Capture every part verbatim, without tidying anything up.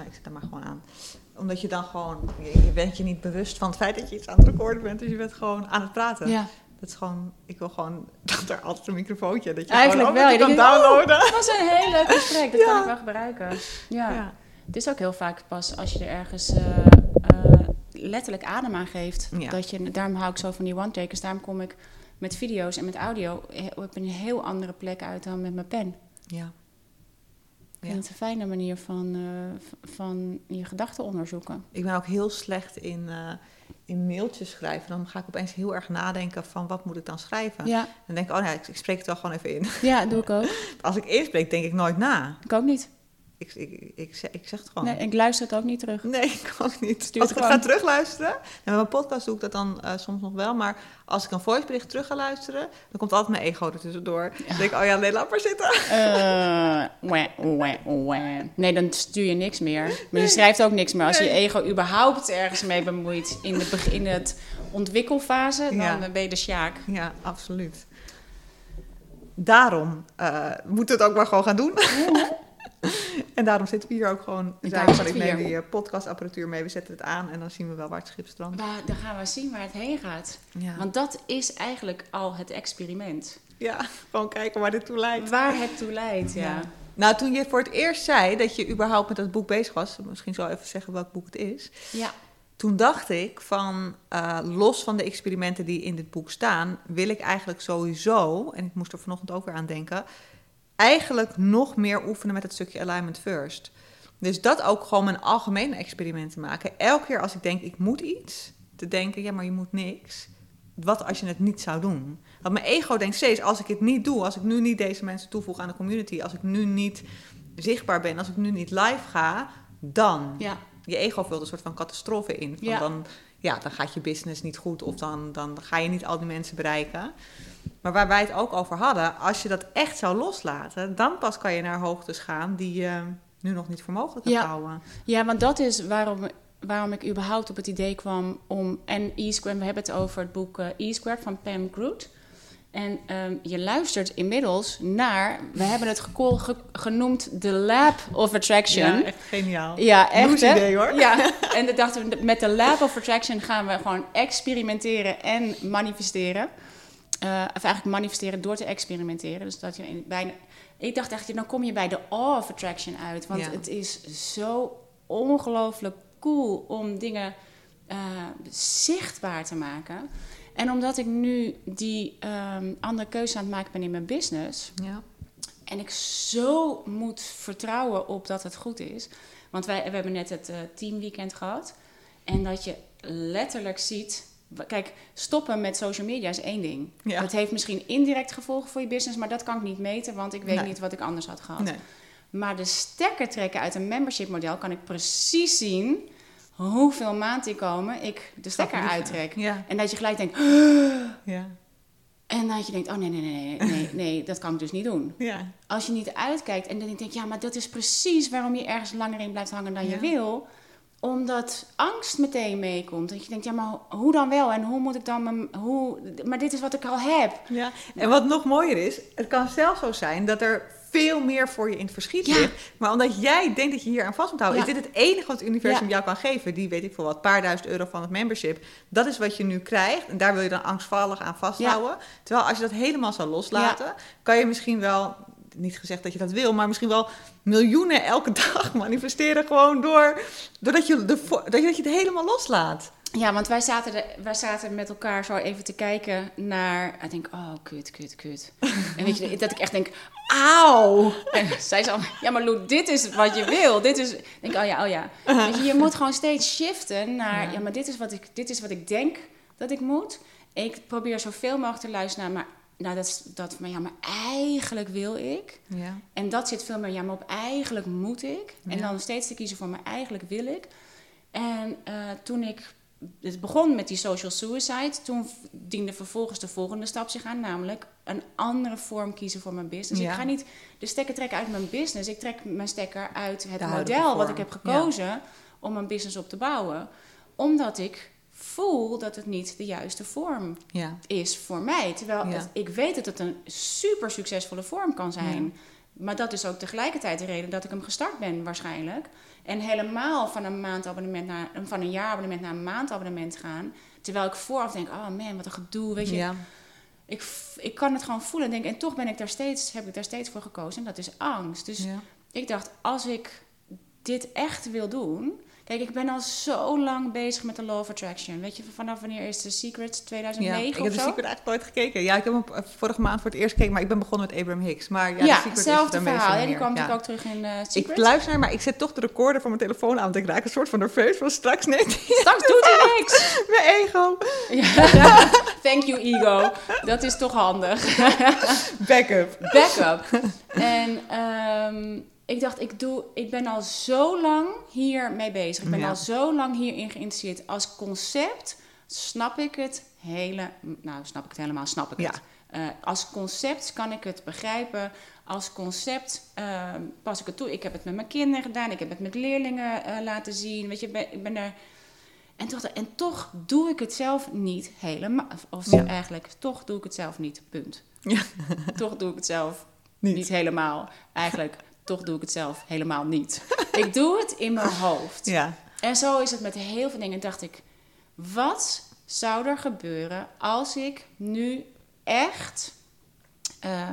ik zet hem maar gewoon aan. Omdat je dan gewoon, je, je bent je niet bewust van het feit dat je iets aan het recorden bent. Dus je bent gewoon aan het praten. Ja. Dat is gewoon, ik wil gewoon dat er altijd een microfoontje, dat je Eigenlijk gewoon wel. je kan denkt, downloaden. Oh, dat was een heel leuk gesprek, dat Ja. kan ik wel gebruiken. Ja. Ja. Het is ook heel vaak pas als je er ergens uh, uh, letterlijk adem aan geeft. Ja. Dat je, daarom hou ik zo van die one-takers. Daarom kom ik met video's en met audio op een heel andere plek uit dan met mijn pen. Ja. Ik vind het een fijne manier van, uh, van je gedachten onderzoeken. Ik ben ook heel slecht in, uh, in mailtjes schrijven. Dan ga ik opeens heel erg nadenken van wat moet ik dan schrijven. Ja. Dan denk ik, oh nee, ik, ik spreek het wel gewoon even in. Ja, doe ik ook. Als ik inspreek, denk ik nooit na. Ik ook niet. Ik, ik, ik, ik, zeg, ik zeg het gewoon. Nee, ik luister het ook niet terug. Nee, ik ook niet. Stuur als ik het het gewoon. ga terugluisteren, en met mijn podcast doe ik dat dan uh, soms nog wel, maar als ik een voicebericht terug ga luisteren, dan komt altijd mijn ego er tussendoor. Ja. Dan denk ik, oh ja, nee, laat maar zitten. Uh, wah, wah, wah. Nee, dan stuur je niks meer. Maar nee. Je schrijft ook niks meer. Als nee. je ego überhaupt ergens mee bemoeit in, de, in het ontwikkelfase, dan ja. ben je de sjaak. Ja, absoluut. Daarom uh, moeten we het ook maar gewoon gaan doen. Ja. En daarom zitten we hier ook gewoon. Ik neem die uh, podcastapparatuur mee, we zetten het aan en dan zien we wel waar het schip strandt. Maar dan gaan we zien waar het heen gaat. Ja. Want dat is eigenlijk al het experiment. Ja, gewoon kijken waar dit toe leidt. Waar het toe leidt, ja. ja. Nou, toen je voor het eerst zei dat je überhaupt met dat boek bezig was, misschien zal ik even zeggen welk boek het is. Ja. Toen dacht ik van, uh, los van de experimenten die in dit boek staan, wil ik eigenlijk sowieso, en ik moest er vanochtend ook weer aan denken, eigenlijk nog meer oefenen met het stukje alignment first. Dus dat ook gewoon mijn algemene experimenten maken. Elke keer als ik denk, ik moet iets, te denken, ja, maar je moet niks. Wat als je het niet zou doen? Want mijn ego denkt steeds, als ik het niet doe, als ik nu niet deze mensen toevoeg aan de community, als ik nu niet zichtbaar ben, als ik nu niet live ga, dan. Ja. Je ego vult een soort van catastrofe in. Van ja. Dan, ja, dan gaat je business niet goed of dan, dan ga je niet al die mensen bereiken. Maar waar wij het ook over hadden, als je dat echt zou loslaten, dan pas kan je naar hoogtes gaan die je nu nog niet voor mogelijk hebt ja. houden. Ja, want dat is waarom, waarom ik überhaupt op het idee kwam om, en E-Squared, we hebben het over het boek uh, E-Squared van Pam Groot. En um, je luistert inmiddels naar, we hebben het ge- ge- genoemd The Lab of Attraction. Ja, echt geniaal. Ja, echt. Loes idee hoor. Ja, en dan dachten we, met The Lab of Attraction gaan we gewoon experimenteren en manifesteren. Uh, of eigenlijk manifesteren door te experimenteren. Dus dat je bijna, ik dacht echt, dan kom je bij de Awe of Attraction uit. Want ja. het is zo ongelooflijk cool om dingen uh, zichtbaar te maken. En omdat ik nu die um, andere keuze aan het maken ben in mijn business. Ja. En ik zo moet vertrouwen op dat het goed is. Want wij we hebben net het uh, teamweekend gehad. En dat je letterlijk ziet. Kijk, stoppen met social media is één ding. Ja. Het heeft misschien indirect gevolgen voor je business, maar dat kan ik niet meten, want ik weet nee. niet wat ik anders had gehad. Nee. Maar de stekker trekken uit een membership model kan ik precies zien hoeveel maandinkomen ik de stekker uittrek. Ja. En dat je gelijk denkt. Ja. En dat je denkt, oh nee, nee, nee, nee, nee, nee, dat kan ik dus niet doen. Ja. Als je niet uitkijkt en dan denk je, ja, maar dat is precies waarom je ergens langer in blijft hangen dan ja. je wil. Omdat angst meteen meekomt. Dat je denkt, ja, maar hoe dan wel? En hoe moet ik dan... Mijn, hoe, maar dit is wat ik al heb. Ja. En wat nog mooier is, het kan zelfs zo zijn dat er veel meer voor je in het verschiet ja. ligt. Maar omdat jij denkt dat je hier aan vast moet houden, ja. is dit het enige wat het universum ja. jou kan geven. Die weet ik voor wat, paar duizend euro van het membership. Dat is wat je nu krijgt. En daar wil je dan angstvallig aan vasthouden. Ja. Terwijl als je dat helemaal zou loslaten, ja. kan je misschien wel... Niet gezegd dat je dat wil, maar misschien wel miljoenen elke dag manifesteren. Gewoon door, doordat je, de, dat je het helemaal loslaat. Ja, want wij zaten, de, wij zaten met elkaar zo even te kijken naar... Ik denk, oh, kut, kut, kut. En weet je, dat ik echt denk, auw. En zij zei, ja, maar Lou, dit is wat je wil. Dit is... Ik denk, oh ja, oh ja. Weet je, je moet gewoon steeds shiften naar... Ja, ja maar dit is, wat ik, dit is wat ik denk dat ik moet. Ik probeer zoveel mogelijk te luisteren naar... Maar, nou, dat is dat, maar ja, maar eigenlijk wil ik. Ja. En dat zit veel meer, ja, maar op eigenlijk moet ik. Ja. En dan steeds te kiezen voor, maar eigenlijk wil ik. En uh, toen ik, het begon met die social suicide, toen diende vervolgens de volgende stap zich aan, namelijk een andere vorm kiezen voor mijn business. Ja. Ik ga niet de stekker trekken uit mijn business. Ik trek mijn stekker uit het model wat ik heb gekozen ja. om mijn business op te bouwen. Omdat ik voel dat het niet de juiste vorm ja. is voor mij. Terwijl ja. het, ik weet dat het een super succesvolle vorm kan zijn. Maar dat is ook tegelijkertijd de reden dat ik hem gestart ben waarschijnlijk. En helemaal van een maandabonnement naar van een jaarabonnement naar een maandabonnement gaan. Terwijl ik vooraf denk, oh man, wat een gedoe, weet je. Ja. Ik, ik kan het gewoon voelen en denk, en toch ben ik daar steeds, heb ik daar steeds voor gekozen. En dat is angst. Dus ja. ik dacht, als ik dit echt wil doen. Kijk, ik ben al zo lang bezig met de Law of Attraction. Weet je, vanaf wanneer is The Secret? tweeduizend negen ja, of zo? Ik heb The Secret eigenlijk nooit gekeken. Ja, ik heb hem vorige maand voor het eerst gekeken, maar ik ben begonnen met Abraham Hicks. Maar ja, ja The Secret hetzelfde is verhaal. Ja, die kwam ja. natuurlijk ook terug in uh, Secret. Ik luister naar, maar ik zet toch de recorder van mijn telefoon aan. Want ik raak een soort van nerveus van straks net. Straks doet hij niks. Mijn ego. Ja. Thank you, ego. Dat is toch handig. Backup. Backup. En um, ik dacht, ik, doe, ik ben al zo lang hier mee bezig. Ik ben ja. al zo lang hierin geïnteresseerd. Als concept snap ik het hele... Nou, snap ik het helemaal, snap ik ja. het. Uh, als concept kan ik het begrijpen. Als concept uh, pas ik het toe. Ik heb het met mijn kinderen gedaan. Ik heb het met leerlingen uh, laten zien. Weet je, ben, ik ben er... En toch, en toch doe ik het zelf niet helemaal. Of ja. eigenlijk, toch doe ik het zelf niet. Punt. Ja. Toch doe ik het zelf niet, niet helemaal. Eigenlijk... Toch doe ik het zelf helemaal niet. Ik doe het in mijn hoofd. Ja. En zo is het met heel veel dingen. Dacht ik, wat zou er gebeuren als ik nu echt uh,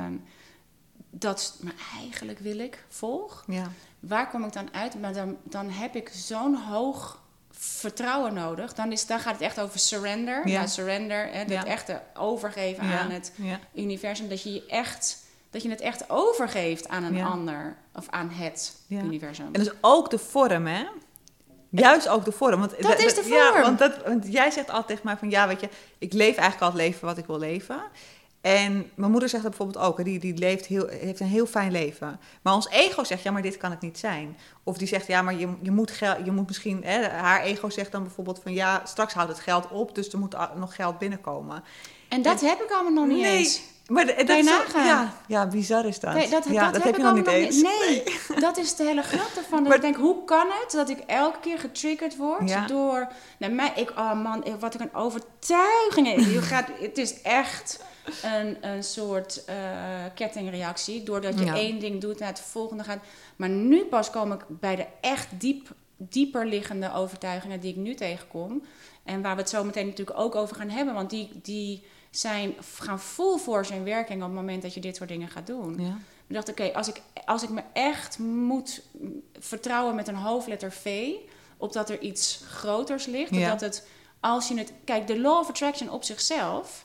dat maar eigenlijk wil ik volg? Ja. Waar kom ik dan uit? Maar dan, dan heb ik zo'n hoog vertrouwen nodig. Dan, is, dan gaat het echt over surrender. Ja. Ja, surrender. Hè, ja. Het echte overgeven ja. aan het ja. universum. Dat je je echt... Dat je het echt overgeeft aan een ja. ander. Of aan het ja. universum. En dus ook de vorm, hè? Juist ook de vorm. Want dat d- is de vorm. Ja, want, dat, want jij zegt altijd tegen mij van... Ja, weet je, ik leef eigenlijk al het leven wat ik wil leven. En mijn moeder zegt dat bijvoorbeeld ook. Die, die leeft heel, heeft een heel fijn leven. Maar ons ego zegt, ja, maar dit kan het niet zijn. Of die zegt, ja, maar je, je, moet, gel- je moet misschien... Hè, haar ego zegt dan bijvoorbeeld van... Ja, straks houdt het geld op, dus er moet nog geld binnenkomen. En dat en, heb ik allemaal nog niet nee, eens. Maar dat is zo, ja, ja, bizar is dat. Nee, dat, ja, dat, dat heb, heb je nog niet eens. Nee, nee, dat is de hele grap ervan. Dat ik denk, hoe kan het dat ik elke keer getriggerd word ja. door... Nou, mij, ik, oh man, wat ik een overtuiging heb. Je gaat, het is echt een, een soort uh, kettingreactie. Doordat je ja. één ding doet naar het volgende gaat. Maar nu pas kom ik bij de echt diep, dieper liggende overtuigingen die ik nu tegenkom. En waar we het zo meteen natuurlijk ook over gaan hebben. Want die... die zijn gaan full force in werking op het moment dat je dit soort dingen gaat doen. Ja. Ik dacht, oké, okay, als, ik, als ik me echt moet vertrouwen met een hoofdletter V... op dat er iets groters ligt. Ja. Dat het, als je het... Kijk, de Law of Attraction op zichzelf...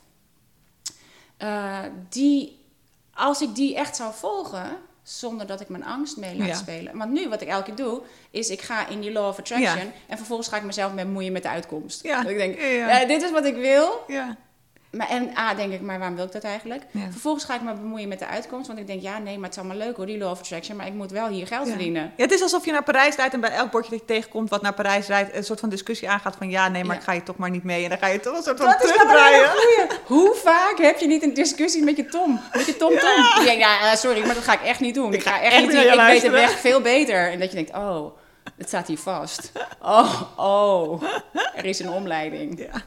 Uh, die, als ik die echt zou volgen... zonder dat ik mijn angst mee laat ja. spelen. Want nu, wat ik elke keer doe... is ik ga in die Law of Attraction... Ja. en vervolgens ga ik mezelf bemoeien met de uitkomst. Ja. Dat ik denk, ja, ja. Ja, dit is wat ik wil... Ja. Maar, en A, denk ik, maar waarom wil ik dat eigenlijk? Ja. Vervolgens ga ik me bemoeien met de uitkomst. Want ik denk, ja, nee, maar het is allemaal leuk hoor, die Law of Attraction. Maar ik moet wel hier geld ja. verdienen. Ja, het is alsof je naar Parijs rijdt en bij elk bordje dat je tegenkomt wat naar Parijs rijdt... een soort van discussie aangaat van, ja, nee, maar ja. ik ga je toch maar niet mee. En dan ga je toch een soort van terugdraaien. Hoe vaak heb je niet een discussie met je Tom? Met je Tom Tom? Ja. Die denkt, ja, sorry, maar dat ga ik echt niet doen. Ik ga echt, echt niet doen. Ik weet de weg veel beter. En dat je denkt, oh, het staat hier vast. Oh, oh, er is een omleiding. Ja.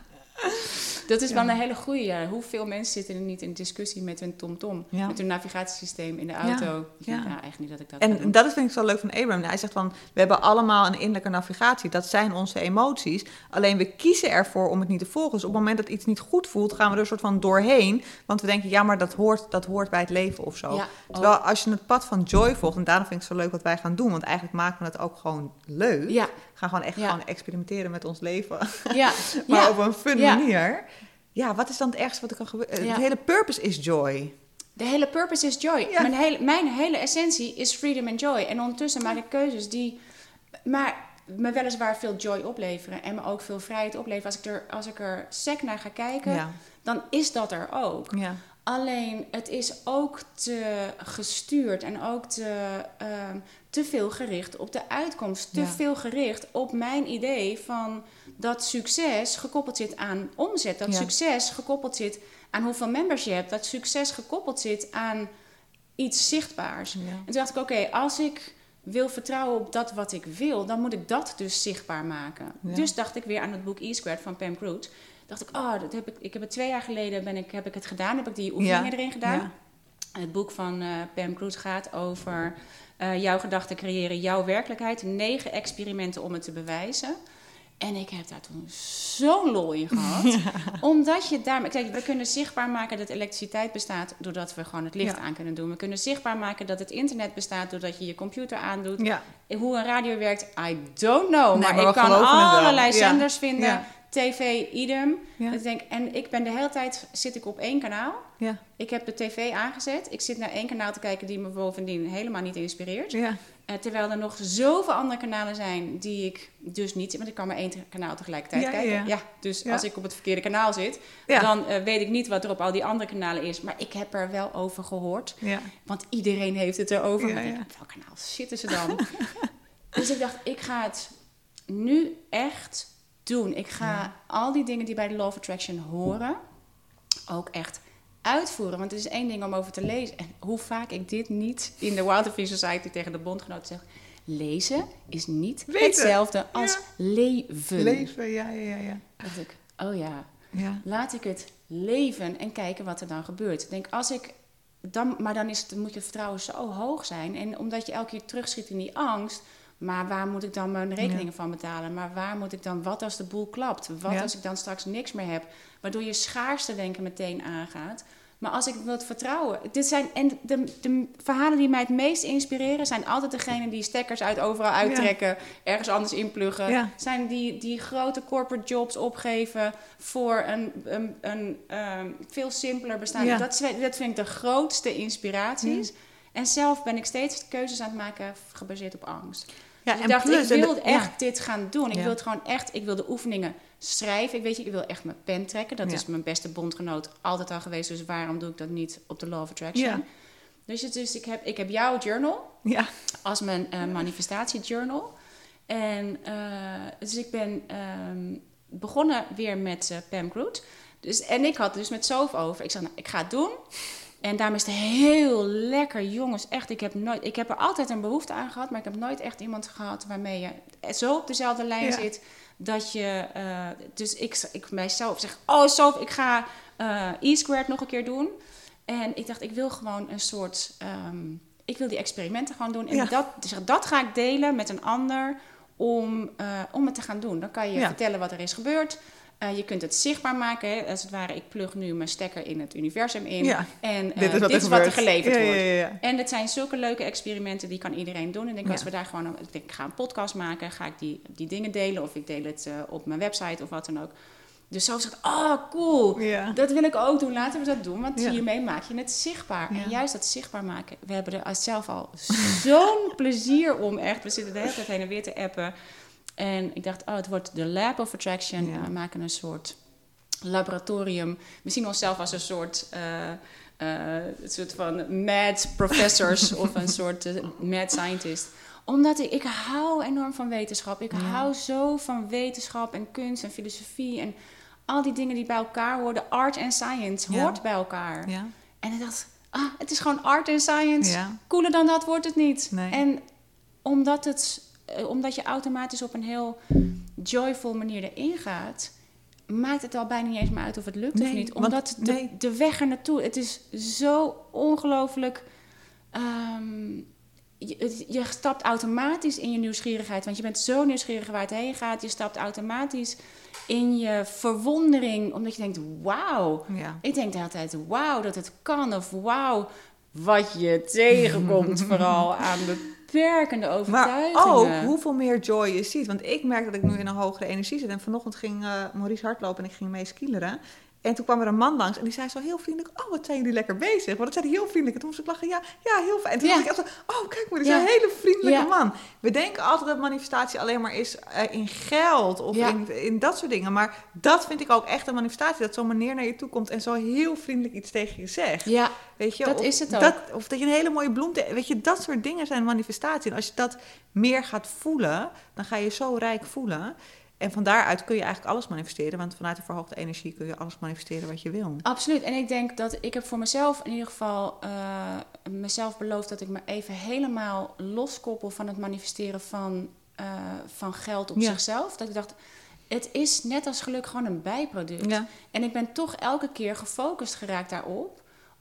Dat is ja. wel een hele goeie. Ja. Hoeveel mensen zitten er niet in discussie met hun TomTom? Ja. Met hun navigatiesysteem in de auto. Ja. Ik denk, ja. nou, echt niet dat ik dat En dat vind ik zo leuk van Abraham. Hij zegt van, we hebben allemaal een innerlijke navigatie. Dat zijn onze emoties. Alleen we kiezen ervoor om het niet te volgen. Dus op het moment dat iets niet goed voelt, gaan we er een soort van doorheen. Want we denken, ja, maar dat hoort, dat hoort bij het leven of zo. Ja. Terwijl als je het pad van joy volgt, en daarom vind ik het zo leuk wat wij gaan doen. Want eigenlijk maken we het ook gewoon leuk. Ja. We gaan gewoon echt ja. gewoon experimenteren met ons leven. Ja. maar ja. op een fun ja. manier. Ja, wat is dan het ergste wat er kan gebeuren? Ja. De hele purpose is joy. De hele purpose is joy. Ja. Mijn, hele, mijn hele essentie is freedom and joy. En ondertussen maak ik keuzes die... Maar me weliswaar veel joy opleveren. En me ook veel vrijheid opleveren. Als ik er, als ik er sec naar ga kijken, ja. dan is dat er ook. Ja. Alleen, het is ook te gestuurd en ook te, uh, te veel gericht op de uitkomst. Te ja. veel gericht op mijn idee van dat succes gekoppeld zit aan omzet. Dat ja. succes gekoppeld zit aan hoeveel members je hebt. Dat succes gekoppeld zit aan iets zichtbaars. Ja. En toen dacht ik, oké, okay, als ik wil vertrouwen op dat wat ik wil, dan moet ik dat dus zichtbaar maken. Ja. Dus dacht ik weer aan het boek E-Squared van Pam Crute. Dacht ik, oh, dat heb ik, ik heb het twee jaar geleden ben ik, heb ik het gedaan, heb ik die oefeningen ja. erin gedaan. Ja. Het boek van uh, Pam Groot gaat over uh, jouw gedachten creëren, jouw werkelijkheid. Negen experimenten om het te bewijzen. En ik heb daar toen zo'n lol in gehad. Ja. Omdat je daarmee... Kijk, we kunnen zichtbaar maken dat elektriciteit bestaat doordat we gewoon het licht ja. aan kunnen doen. We kunnen zichtbaar maken dat het internet bestaat doordat je je computer aandoet. Ja. Hoe een radio werkt, I don't know. Nee, maar, maar ik kan allerlei zenders ja. vinden. Ja. T V, idem. Ja. Ik denk, en ik ben de hele tijd, zit ik op één kanaal. Ja. Ik heb de tv aangezet. Ik zit naar één kanaal te kijken die me bovendien helemaal niet inspireert. Ja. Uh, terwijl er nog zoveel andere kanalen zijn die ik dus niet... Want ik kan maar één kanaal tegelijkertijd ja, kijken. Ja. Ja, dus ja. als ik op het verkeerde kanaal zit... Ja. dan uh, weet ik niet wat er op al die andere kanalen is. Maar ik heb er wel over gehoord. Ja. Want iedereen heeft het erover. Ja, ja. Maar op welk kanaal zitten ze dan? Dus ik dacht, ik ga het nu echt doen. Ik ga ja. al die dingen die bij de Law of Attraction horen... ook echt uitvoeren. Want het is één ding om over te lezen. En hoe vaak ik dit niet in de Wild Tree Society tegen de bondgenoten zeg... lezen is niet Weten. hetzelfde als ja. leven. Leven, ja, ja, ja. ja. dacht ik, oh ja, ja, laat ik het leven en kijken wat er dan gebeurt. Ik denk, als ik dan, maar dan is het, moet je vertrouwen zo hoog zijn. En omdat je elke keer terugschiet in die angst... maar waar moet ik dan mijn rekeningen ja. van betalen? Maar waar moet ik dan, wat als de boel klapt? Wat ja. als ik dan straks niks meer heb? Waardoor je schaarste denken meteen aangaat. Maar als ik wil het vertrouwen... Dit zijn, en de, de verhalen die mij het meest inspireren... zijn altijd degenen die stekkers uit overal uittrekken... Ja. ergens anders inpluggen. Ja. Zijn die, die grote corporate jobs opgeven... voor een, een, een um, veel simpeler bestaan. Ja. Dat, dat vind ik de grootste inspiraties. Ja. En zelf ben ik steeds keuzes aan het maken... gebaseerd op angst. Ja, dus ik dacht, plus, ik wil de, echt ja. dit gaan doen. Ik ja. wil het gewoon echt... Ik wil de oefeningen schrijven. Ik weet je, ik wil echt mijn pen trekken. Dat ja. is mijn beste bondgenoot altijd al geweest. Dus waarom doe ik dat niet op de Law of Attraction? Ja. Dus, het, dus ik, heb, ik heb jouw journal ja. als mijn uh, manifestatiejournal. En uh, dus ik ben um, begonnen weer met uh, Pam Groot. Dus, en ik had dus met Sof over. Ik zei, nou, ik ga het doen. En daarom is het heel lekker, jongens. Echt, ik heb, nooit, ik heb er altijd een behoefte aan gehad... maar ik heb nooit echt iemand gehad waarmee je zo op dezelfde lijn ja. zit... dat je... Uh, dus ik, ik mijzelf zeg... Oh, Sof, ik ga uh, E-squared nog een keer doen. En ik dacht, ik wil gewoon een soort... Um, ik wil die experimenten gewoon doen. En ja. dat, dus dat ga ik delen met een ander om, uh, om het te gaan doen. Dan kan je ja. vertellen wat er is gebeurd... Uh, je kunt het zichtbaar maken. Hè? Als het ware, ik plug nu mijn stekker in het universum in. Ja, en uh, dit is wat, dit er, is wat er geleverd ja, wordt. Ja, ja, ja. En het zijn zulke leuke experimenten, die kan iedereen doen. En ik denk, ja. als we daar gewoon... Ik denk, ik ga een podcast maken. Ga ik die, die dingen delen? Of ik deel het uh, op mijn website of wat dan ook. Dus zo zegt, oh, cool. Ja. Dat wil ik ook doen. Laten we dat doen. Want ja. hiermee maak je het zichtbaar. Ja. En juist dat zichtbaar maken. We hebben er zelf al zo'n plezier om. Echt. We zitten de hele tijd heen en weer te appen. En ik dacht, oh, het wordt de Lab of Attraction. Ja. En we maken een soort laboratorium. We zien onszelf als een soort, uh, uh, een soort van mad professors... of een soort uh, mad scientist. Omdat ik, ik hou enorm van wetenschap. Ik ja. hou zo van wetenschap en kunst en filosofie... en al die dingen die bij elkaar horen. Art en science ja. hoort bij elkaar. Ja. En ik dacht, ah, het is gewoon art en science. Ja. Cooler dan dat wordt het niet. Nee. En omdat het... omdat je automatisch op een heel joyful manier erin gaat... maakt het al bijna niet eens meer uit of het lukt nee, of niet. Omdat want, de, nee. de weg er naartoe... Het is zo ongelooflijk... Um, je, je stapt automatisch in je nieuwsgierigheid. Want je bent zo nieuwsgierig waar het heen gaat. Je stapt automatisch in je verwondering. Omdat je denkt, wauw. Ja. Ik denk de hele tijd, wauw dat het kan. Of wauw wat je tegenkomt vooral aan de... werkende overtuigingen. Maar ook hoeveel meer joy je ziet. Want ik merk dat ik nu in een hogere energie zit. En vanochtend ging uh, Maurice hardlopen en ik ging mee skileren. En toen kwam er een man langs en die zei zo heel vriendelijk... oh, wat zijn jullie lekker bezig. Want dat zei hij heel vriendelijk. En toen moest ik lachen, ja, ja heel fijn. En toen ja. dacht ik echt zo, oh, kijk maar, dit is ja. een hele vriendelijke ja. man. We denken altijd dat manifestatie alleen maar is uh, in geld... of ja. in, in dat soort dingen. Maar dat vind ik ook echt een manifestatie. Dat zo'n meneer naar je toe komt en zo heel vriendelijk iets tegen je zegt. Ja, weet je, dat of is het ook. Dat, of dat je een hele mooie bloem... Te, weet je, dat soort dingen zijn manifestatie. En als je dat meer gaat voelen, dan ga je zo rijk voelen... En van daaruit kun je eigenlijk alles manifesteren. Want vanuit de verhoogde energie kun je alles manifesteren wat je wil. Absoluut. En ik denk dat ik heb voor mezelf in ieder geval uh, mezelf beloofd... dat ik me even helemaal loskoppel van het manifesteren van, uh, van geld op ja. zichzelf. Dat ik dacht, het is net als geluk gewoon een bijproduct. Ja. En ik ben toch elke keer gefocust geraakt daarop...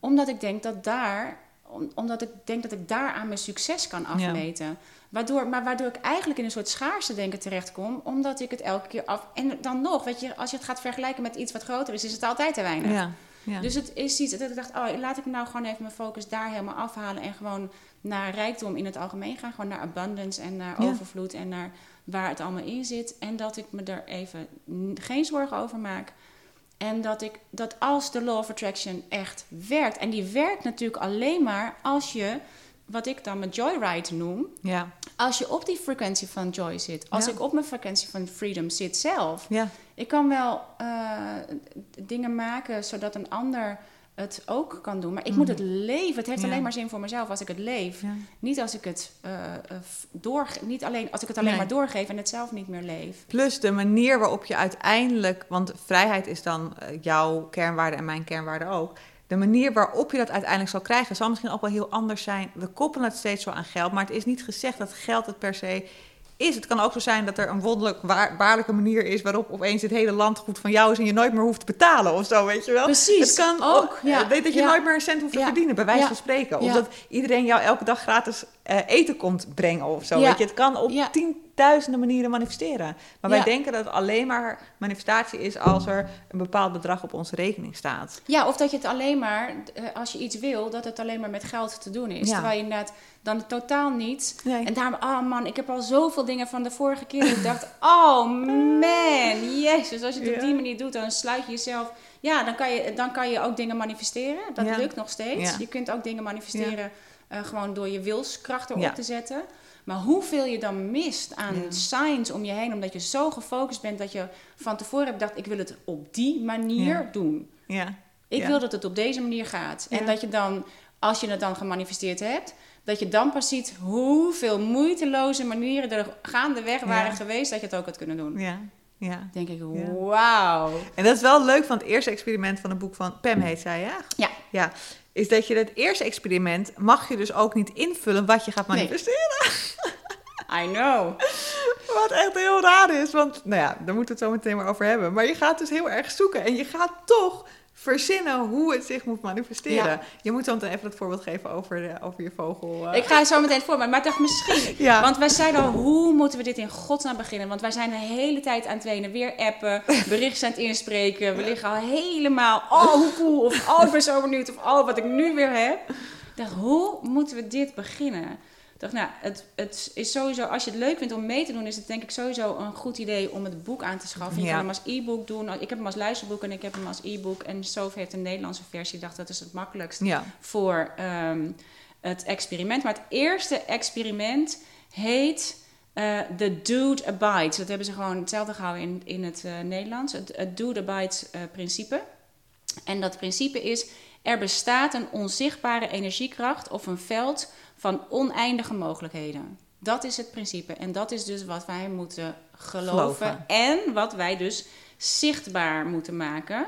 Omdat ik denk dat daar, om, omdat ik denk dat ik daar aan mijn succes kan afmeten. Ja. Waardoor, maar waardoor ik eigenlijk in een soort schaarste denken terechtkom, omdat ik het elke keer af... En dan nog, weet je, als je het gaat vergelijken met iets wat groter is, is het altijd te weinig. Ja. Ja. Dus het is iets dat ik dacht, oh, laat ik nou gewoon even mijn focus daar helemaal afhalen en gewoon naar rijkdom in het algemeen gaan. Gewoon naar abundance en naar Ja. overvloed en naar waar het allemaal in zit. En dat ik me er even geen zorgen over maak. En dat ik dat als de law of attraction echt werkt. En die werkt natuurlijk alleen maar als je, wat ik dan mijn joyride noem. Ja. Als je op die frequentie van joy zit. Als Ja. ik op mijn frequentie van freedom zit zelf. Ja. Ik kan wel uh, dingen maken zodat een ander het ook kan doen. Maar ik mm. moet het leven. Het heeft ja. alleen maar zin voor mezelf als ik het leef. Ja. Niet als ik het uh, uh, doorge- niet alleen als ik het alleen nee. maar doorgeef en het zelf niet meer leef. Plus de manier waarop je uiteindelijk, want vrijheid is dan uh, jouw kernwaarde en mijn kernwaarde ook. De manier waarop je dat uiteindelijk zal krijgen zal misschien ook wel heel anders zijn. We koppelen het steeds zo aan geld, maar het is niet gezegd dat geld het per se is. Het kan ook zo zijn dat er een wonderlijk waar, waarlijke manier is waarop opeens het hele landgoed van jou is en je nooit meer hoeft te betalen of zo, weet je wel. Precies. Het kan ook. Ja. Dat je ja. nooit meer een cent hoeft te ja. verdienen, bij wijze ja. van spreken. Of ja. dat iedereen jou elke dag gratis uh, eten komt brengen of zo. Ja. Weet je. Het kan op ja. tienduizenden manieren manifesteren. Maar wij ja. denken dat het alleen maar manifestatie is als er een bepaald bedrag op onze rekening staat. Ja, of dat je het alleen maar, uh, als je iets wil, dat het alleen maar met geld te doen is. Ja. Terwijl je inderdaad dan totaal niet. Nee. En daarom, oh man, ik heb al zoveel dingen van de vorige keer. Ik dacht, oh man, jezus, als je het ja. op die manier doet, dan sluit je jezelf. Ja, dan kan je, dan kan je ook dingen manifesteren. Dat ja. lukt nog steeds. Ja. Je kunt ook dingen manifesteren ja. uh, gewoon door je wilskracht erop ja. te zetten. Maar hoeveel je dan mist aan ja. signs om je heen, omdat je zo gefocust bent dat je van tevoren hebt gedacht, ik wil het op die manier ja. doen. Ja. Ik ja. wil dat het op deze manier gaat. Ja. En dat je dan, als je het dan gemanifesteerd hebt, dat je dan pas ziet hoeveel moeiteloze manieren er gaandeweg ja. waren geweest dat je het ook had kunnen doen. Ja. Ja. Denk ik, wauw. En dat is wel leuk van het eerste experiment van het boek van Pam heet zij, ja? Ja. Ja. Is dat je het eerste experiment mag je dus ook niet invullen wat je gaat manifesteren. Nee. I know. Wat echt heel raar is, want nou ja, daar moeten we het zo meteen maar over hebben. Maar je gaat dus heel erg zoeken en je gaat toch verzinnen hoe het zich moet manifesteren. Ja. Je moet zo meteen even dat voorbeeld geven over, de, over je vogel. Uh. Ik ga het zo meteen voor, maar ik dacht misschien. Ja. Want wij zeiden al, hoe moeten we dit in godsnaam beginnen? Want wij zijn de hele tijd aan het wenen, weer appen, berichtjes aan het inspreken. We liggen al helemaal, oh hoe cool, of oh ik ben zo benieuwd, of oh wat ik nu weer heb. Ik dacht, hoe moeten we dit beginnen? Ik dacht, nou, het, het is sowieso, als je het leuk vindt om mee te doen, is het denk ik sowieso een goed idee om het boek aan te schaffen. Je ja. kan hem als e-book doen. Ik heb hem als luisterboek en ik heb hem als e-book. En Sophie heeft een Nederlandse versie. Ik dacht, dat is het makkelijkst ja. voor um, het experiment. Maar het eerste experiment heet uh, The Dude Abides. Dat hebben ze gewoon hetzelfde gehouden in, in het uh, Nederlands. Het, het Dude Abides uh, principe. En dat principe is, er bestaat een onzichtbare energiekracht of een veld van oneindige mogelijkheden. Dat is het principe. En dat is dus wat wij moeten geloven. geloven. En wat wij dus zichtbaar moeten maken.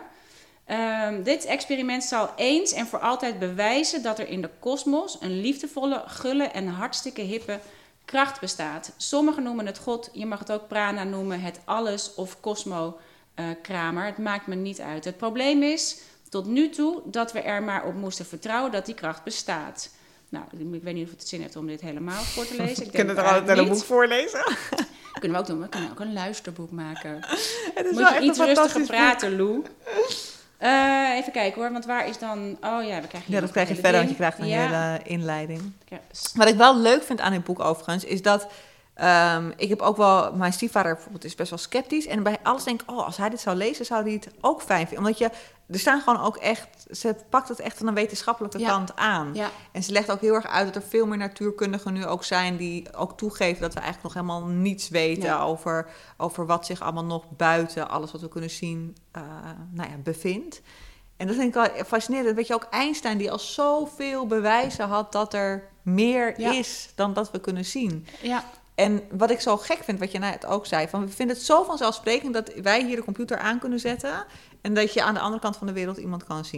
Um, dit experiment zal eens en voor altijd bewijzen dat er in de kosmos een liefdevolle, gulle en hartstikke hippe kracht bestaat. Sommigen noemen het God, je mag het ook prana noemen, het alles of kosmo-kramer. Uh, het maakt me niet uit. Het probleem is tot nu toe dat we er maar op moesten vertrouwen dat die kracht bestaat. Nou, ik weet niet of het zin heeft om dit helemaal voor te lezen. Ik kunnen we er altijd een boek voorlezen? Kunnen we ook doen. We kunnen ook een luisterboek maken. Het is Moet je iets rustiger praten, Lou. Uh, even kijken hoor, want waar is dan... Oh ja, we krijgen Ja, dat krijg je verder, want je krijgt een ja. hele inleiding. Ja. Wat ik wel leuk vind aan dit boek overigens, is dat... Um, ik heb ook wel... Mijn stiefvader bijvoorbeeld is best wel sceptisch. En bij alles denk ik, oh, als hij dit zou lezen, zou hij het ook fijn vinden. Omdat je... Er staan gewoon ook echt... Ze pakt het echt van een wetenschappelijke ja. kant aan. Ja. En ze legt ook heel erg uit dat er veel meer natuurkundigen nu ook zijn... die ook toegeven dat we eigenlijk nog helemaal niets weten... Ja. Over, over wat zich allemaal nog buiten alles wat we kunnen zien uh, nou ja, bevindt. En dat vind ik wel fascinerend. Weet je, ook Einstein die al zoveel bewijzen had... dat er meer ja. is dan dat we kunnen zien. Ja. En wat ik zo gek vind, wat je net ook zei... van we vinden het zo vanzelfsprekend dat wij hier de computer aan kunnen zetten... en dat je aan de andere kant van de wereld iemand kan zien.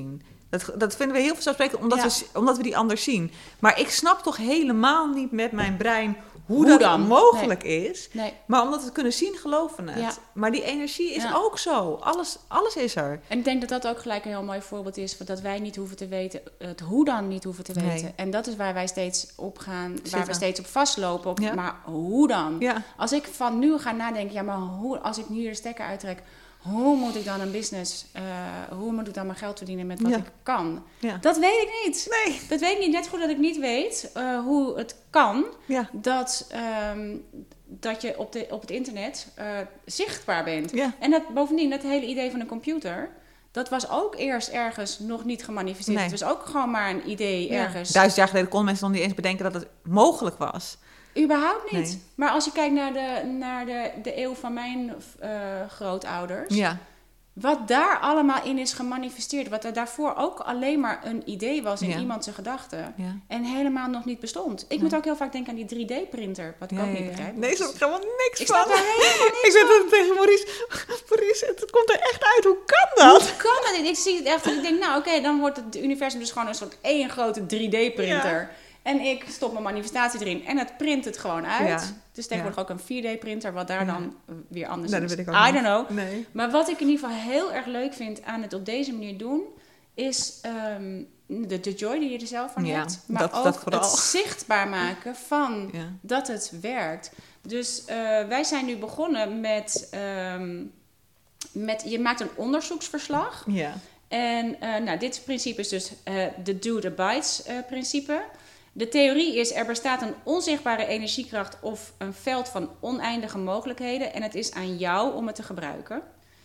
Dat, dat vinden we heel vanzelfsprekend, omdat, Ja. we, omdat we die anders zien. Maar ik snap toch helemaal niet met mijn brein hoe, Hoe dat dan? mogelijk is. Nee. Maar omdat we het kunnen zien, geloven we het. Ja. Maar die energie is Ja. ook zo. Alles, alles is er. En ik denk dat dat ook gelijk een heel mooi voorbeeld is... dat wij niet hoeven te weten, het hoe dan niet hoeven te weten. Nee. En dat is waar wij steeds op gaan, waar Zitten. we steeds op vastlopen. Op, Ja. Maar hoe dan? Ja. Als ik van nu ga nadenken, ja, maar hoe, als ik nu de stekker uittrek... hoe moet ik dan een business, uh, hoe moet ik dan mijn geld verdienen met wat Ja. ik kan? Ja. Dat weet ik niet. Nee. Dat weet ik niet. Net goed dat ik niet weet uh, hoe het kan Ja. dat, um, dat je op, de, op het internet uh, zichtbaar bent. Ja. En dat, bovendien, dat hele idee van een computer... dat was ook eerst ergens nog niet gemanifesteerd. Nee. Het was ook gewoon maar een idee Ja. ergens. Duizend jaar geleden konden mensen nog niet eens bedenken dat het mogelijk was. Überhaupt niet. Nee. Maar als je kijkt naar de, naar de, de eeuw van mijn uh, grootouders... Ja. wat daar allemaal in is gemanifesteerd... wat er daarvoor ook alleen maar een idee was in Ja. iemand zijn gedachten... Ja. en helemaal nog niet bestond. Ik Ja. moet ook heel vaak denken aan die drie D-printer... wat ik Ja, ook ja, niet ja. begrijp. Nee, daar heb ik helemaal niks Ik van. snap daar helemaal niks Ik zeg het tegen Maurice. Maurice, het komt er echt uit. Hoe kan dat? Hoe kan dat niet? Ik zie het echt en ik denk, nou oké, okay, dan wordt het universum dus gewoon een soort één grote drie D-printer. Ja. En ik stop mijn manifestatie erin en het print het gewoon uit. Ja. Het is tegenwoordig ja. ook een vier D-printer, wat daar ja. dan weer anders nee, is. Dat weet ik ook I niet. don't know. Nee. Maar wat ik in ieder geval heel erg leuk vind aan het op deze manier doen, is um, de, de joy die je er zelf van ja, hebt. Maar dat, ook dat vooral. het zichtbaar maken van ja. dat het werkt. Dus uh, wij zijn nu begonnen met, um, met... Je maakt een onderzoeksverslag. Ja. En uh, nou, dit principe is dus de uh, do the bites uh, principe. De theorie is, er bestaat een onzichtbare energiekracht of een veld van oneindige mogelijkheden. En het is aan jou om het te gebruiken.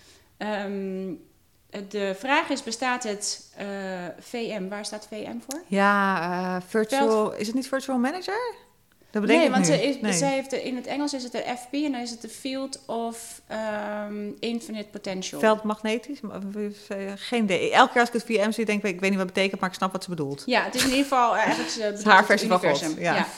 Um, de vraag is, bestaat het uh, V M? Waar staat V M voor? Ja, uh, virtual... Veld... Is het niet virtual manager? Dat bedenk nee, ik want nu. Ze is, nee. zij heeft de, in het Engels is het de F P en dan is het de Field of um, Infinite Potential. Veldmagnetisch? Geen idee. Elke keer als ik het V M zie, denk ik, ik weet niet wat het betekent, maar ik snap wat ze bedoelt. Ja, het is in ieder geval eigenlijk uh, het haar versie van God. Ja. Ja.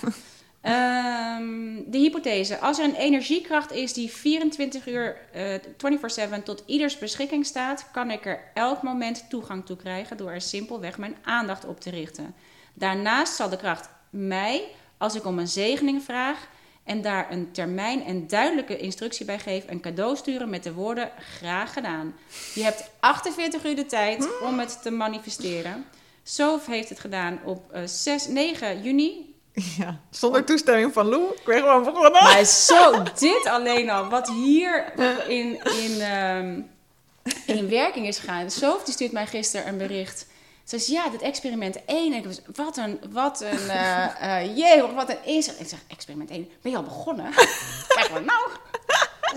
Um, de hypothese. Als er een energiekracht is die vierentwintig uur, uh, vierentwintig zeven tot ieders beschikking staat, kan ik er elk moment toegang toe krijgen door er simpelweg mijn aandacht op te richten. Daarnaast zal de kracht mij, als ik om een zegening vraag en daar een termijn en duidelijke instructie bij geef, een cadeau sturen met de woorden graag gedaan. Je hebt achtenveertig uur de tijd om het te manifesteren. Soph heeft het gedaan op uh, zes, negen juni. Ja, zonder toestemming van Lou. Ik ben gewoon begonnen. Maar zo, dit alleen al, wat hier in, in, um, in werking is gegaan. Soph die stuurt mij gisteren een bericht. Ze zegt, ja, dit experiment één. En ik was, wat een, wat een, uh, uh, jee, wat een is. Ik zeg, experiment één, ben je al begonnen? Kijk maar, nou. Ik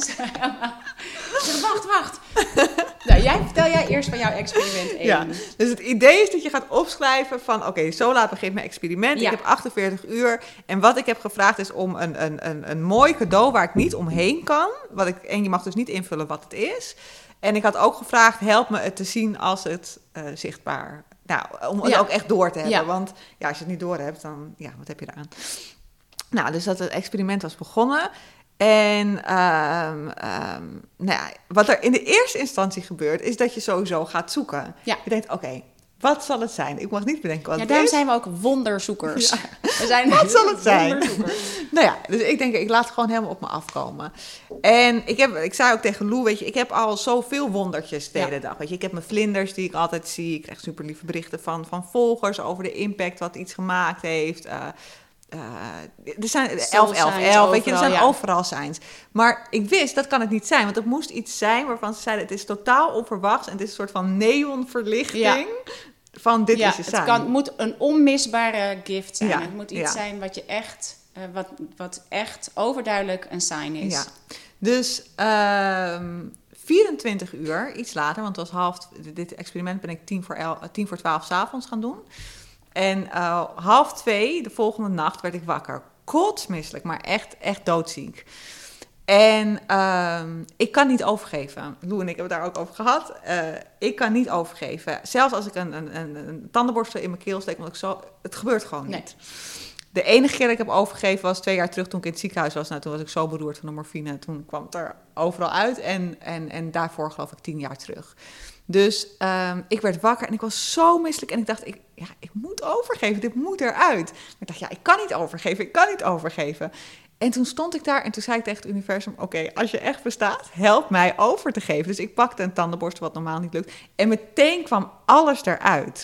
zeg, wacht, wacht. Nou, jij, vertel jij eerst van jouw experiment één. Ja, dus het idee is dat je gaat opschrijven van... oké, okay, zo laat begint mijn experiment. Ja. Ik heb achtenveertig uur. En wat ik heb gevraagd is om een, een, een, een mooi cadeau... waar ik niet omheen kan. Wat ik, en je mag dus niet invullen wat het is. En ik had ook gevraagd, help me het te zien als het uh, zichtbaar... Nou, om het ja. ook echt door te hebben. Ja. Want ja, als je het niet door hebt, dan... ja, wat heb je eraan? Nou, dus dat het experiment was begonnen... En um, um, nou ja, wat er in de eerste instantie gebeurt, is dat je sowieso gaat zoeken. Ja. Je denkt, oké, okay, wat zal het zijn? Ik mag niet bedenken wat ja, het daarom is. zijn we ook wonderzoekers. Ja. We zijn wat zal het zijn? Nou ja, dus ik denk, ik laat het gewoon helemaal op me afkomen. En ik, heb, ik zei ook tegen Lou, weet je, ik heb al zoveel wondertjes de hele ja. dag. Weet je, ik heb mijn vlinders die ik altijd zie. Ik krijg super lieve berichten van, van volgers over de impact wat iets gemaakt heeft. Uh, Uh, er zijn elf, elf, elf, weet je, er zijn ja. overal signs. Maar ik wist, dat kan het niet zijn. Want het moest iets zijn waarvan ze zeiden... het is totaal onverwachts en het is een soort van neonverlichting... Ja. van dit ja, is je sign. Het kan, moet een onmisbare gift zijn. Ja. Het moet iets ja. zijn wat je echt... Uh, wat, wat echt overduidelijk een sign is. Ja. Dus um, vierentwintig uur, iets later... want het was half... dit experiment ben ik tien voor, el, tien voor twaalf 's avonds gaan doen... En uh, half twee, de volgende nacht, werd ik wakker. Kotsmisselijk, maar echt, echt doodziek. En uh, ik kan niet overgeven. Lou en ik hebben het daar ook over gehad. Uh, ik kan niet overgeven. Zelfs als ik een, een, een, een tandenborstel in mijn keel steek, want ik zo, het gebeurt gewoon niet. Nee. De enige keer dat ik heb overgegeven was twee jaar terug toen ik in het ziekenhuis was. Nou, toen was ik zo beroerd van de morfine. Toen kwam het er overal uit. En, en, en daarvoor geloof ik tien jaar terug. Dus um, ik werd wakker en ik was zo misselijk. En ik dacht, ik, ja, ik moet overgeven. Dit moet eruit. Maar ik dacht, ja, ik kan niet overgeven. Ik kan niet overgeven. En toen stond ik daar en toen zei ik tegen het universum... oké, okay, als je echt bestaat, help mij over te geven. Dus ik pakte een tandenborstel, wat normaal niet lukt. En meteen kwam alles eruit.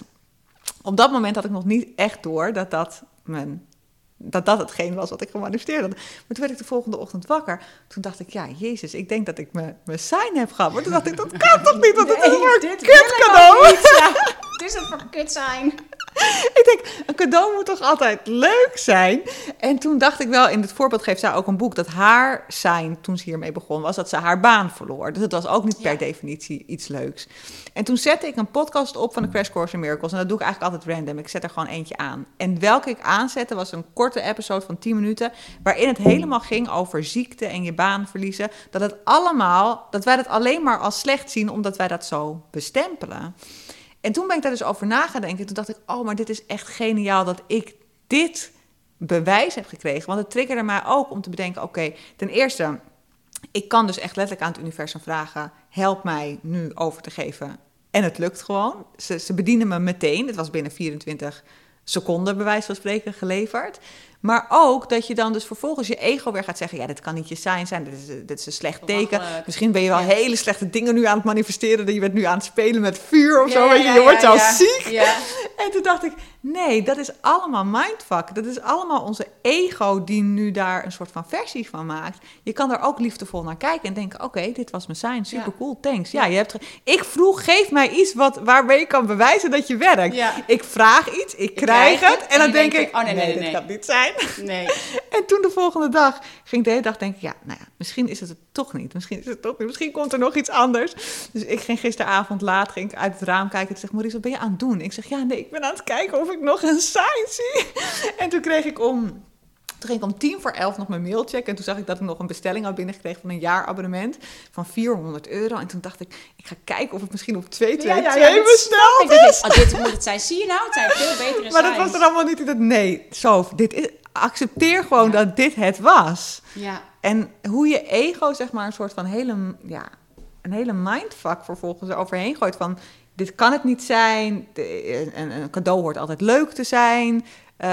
Op dat moment had ik nog niet echt door dat dat, mijn, dat, dat hetgeen was wat ik gemanifesteerd had. Maar toen werd ik de volgende ochtend wakker. Toen dacht ik, ja, Jezus, ik denk dat ik mijn, mijn sign heb gehad. Maar toen dacht ik, dat kan toch niet? Want nee, het is maar dit een kut cadeau. Ja, het is een voor kut zijn. Ik denk, een cadeau moet toch altijd leuk zijn? En toen dacht ik wel, in het voorbeeld geeft zij ook een boek... dat haar sign, toen ze hiermee begon, was dat ze haar baan verloor. Dus het was ook niet per ja. definitie iets leuks. En toen zette ik een podcast op van de Crash Course in Miracles. En dat doe ik eigenlijk altijd random. Ik zet er gewoon eentje aan. En welke ik aanzette was een korte episode van tien minuten... waarin het helemaal ging over ziekte en je baan verliezen. Dat het allemaal, dat wij dat alleen maar als slecht zien... omdat wij dat zo bestempelen. En toen ben ik daar dus over na gaan denken. Toen dacht ik, oh, maar dit is echt geniaal dat ik dit bewijs heb gekregen. Want het triggerde mij ook om te bedenken, oké, okay, ten eerste... ik kan dus echt letterlijk aan het universum vragen... help mij nu over te geven. En het lukt gewoon. Ze, ze bedienen me meteen. Het was binnen vierentwintig seconden, bij wijze van spreken, geleverd. Maar ook dat je dan dus vervolgens je ego weer gaat zeggen... ja, dit kan niet je zijn zijn, dit is, dit is een slecht teken. Misschien ben je wel ja. hele slechte dingen nu aan het manifesteren... je bent nu aan het spelen met vuur of ja, zo. Ja, je, je ja, wordt ja, zelfs ja. ziek. Ja. En toen dacht ik, nee, dat is allemaal mindfuck. Dat is allemaal onze ego die nu daar een soort van versie van maakt. Je kan er ook liefdevol naar kijken en denken... oké, okay, dit was mijn sign, super ja. cool, thanks. Ja, je hebt ge- ik vroeg, geef mij iets wat, waarmee ik kan bewijzen dat je werkt. Ja. Ik vraag iets, ik, ik krijg het, het en dan denk ik... oh nee, nee, nee, nee, dit kan niet zijn. Nee. En toen de volgende dag ging ik de hele dag denken... ja, nou ja, misschien is het het toch niet. Misschien is het toch niet. Misschien komt er nog iets anders. Dus ik ging gisteravond laat ging ik uit het raam kijken... en toen zeg Maurice, wat ben je aan het doen? Ik zeg, ja, nee, ik ben aan het kijken of ik nog een sign zie. En toen kreeg ik om... Toen ging ik om tien voor elf nog mijn mail checken. En toen zag ik dat ik nog een bestelling had binnengekregen van een jaarabonnement van vierhonderd euro. En toen dacht ik, ik ga kijken of het misschien op twee twee twee ja, ja, ja, besteld is. Oh, dit moet het zijn. Zie je nou? Het zijn veel betere Maar dat was er allemaal niet in het nee. Zo, dit is, accepteer gewoon ja. dat dit het was. Ja. En hoe je ego, zeg maar, een soort van hele, ja, een hele mindfuck vervolgens eroverheen gooit van... dit kan het niet zijn, de, een, een cadeau hoort altijd leuk te zijn...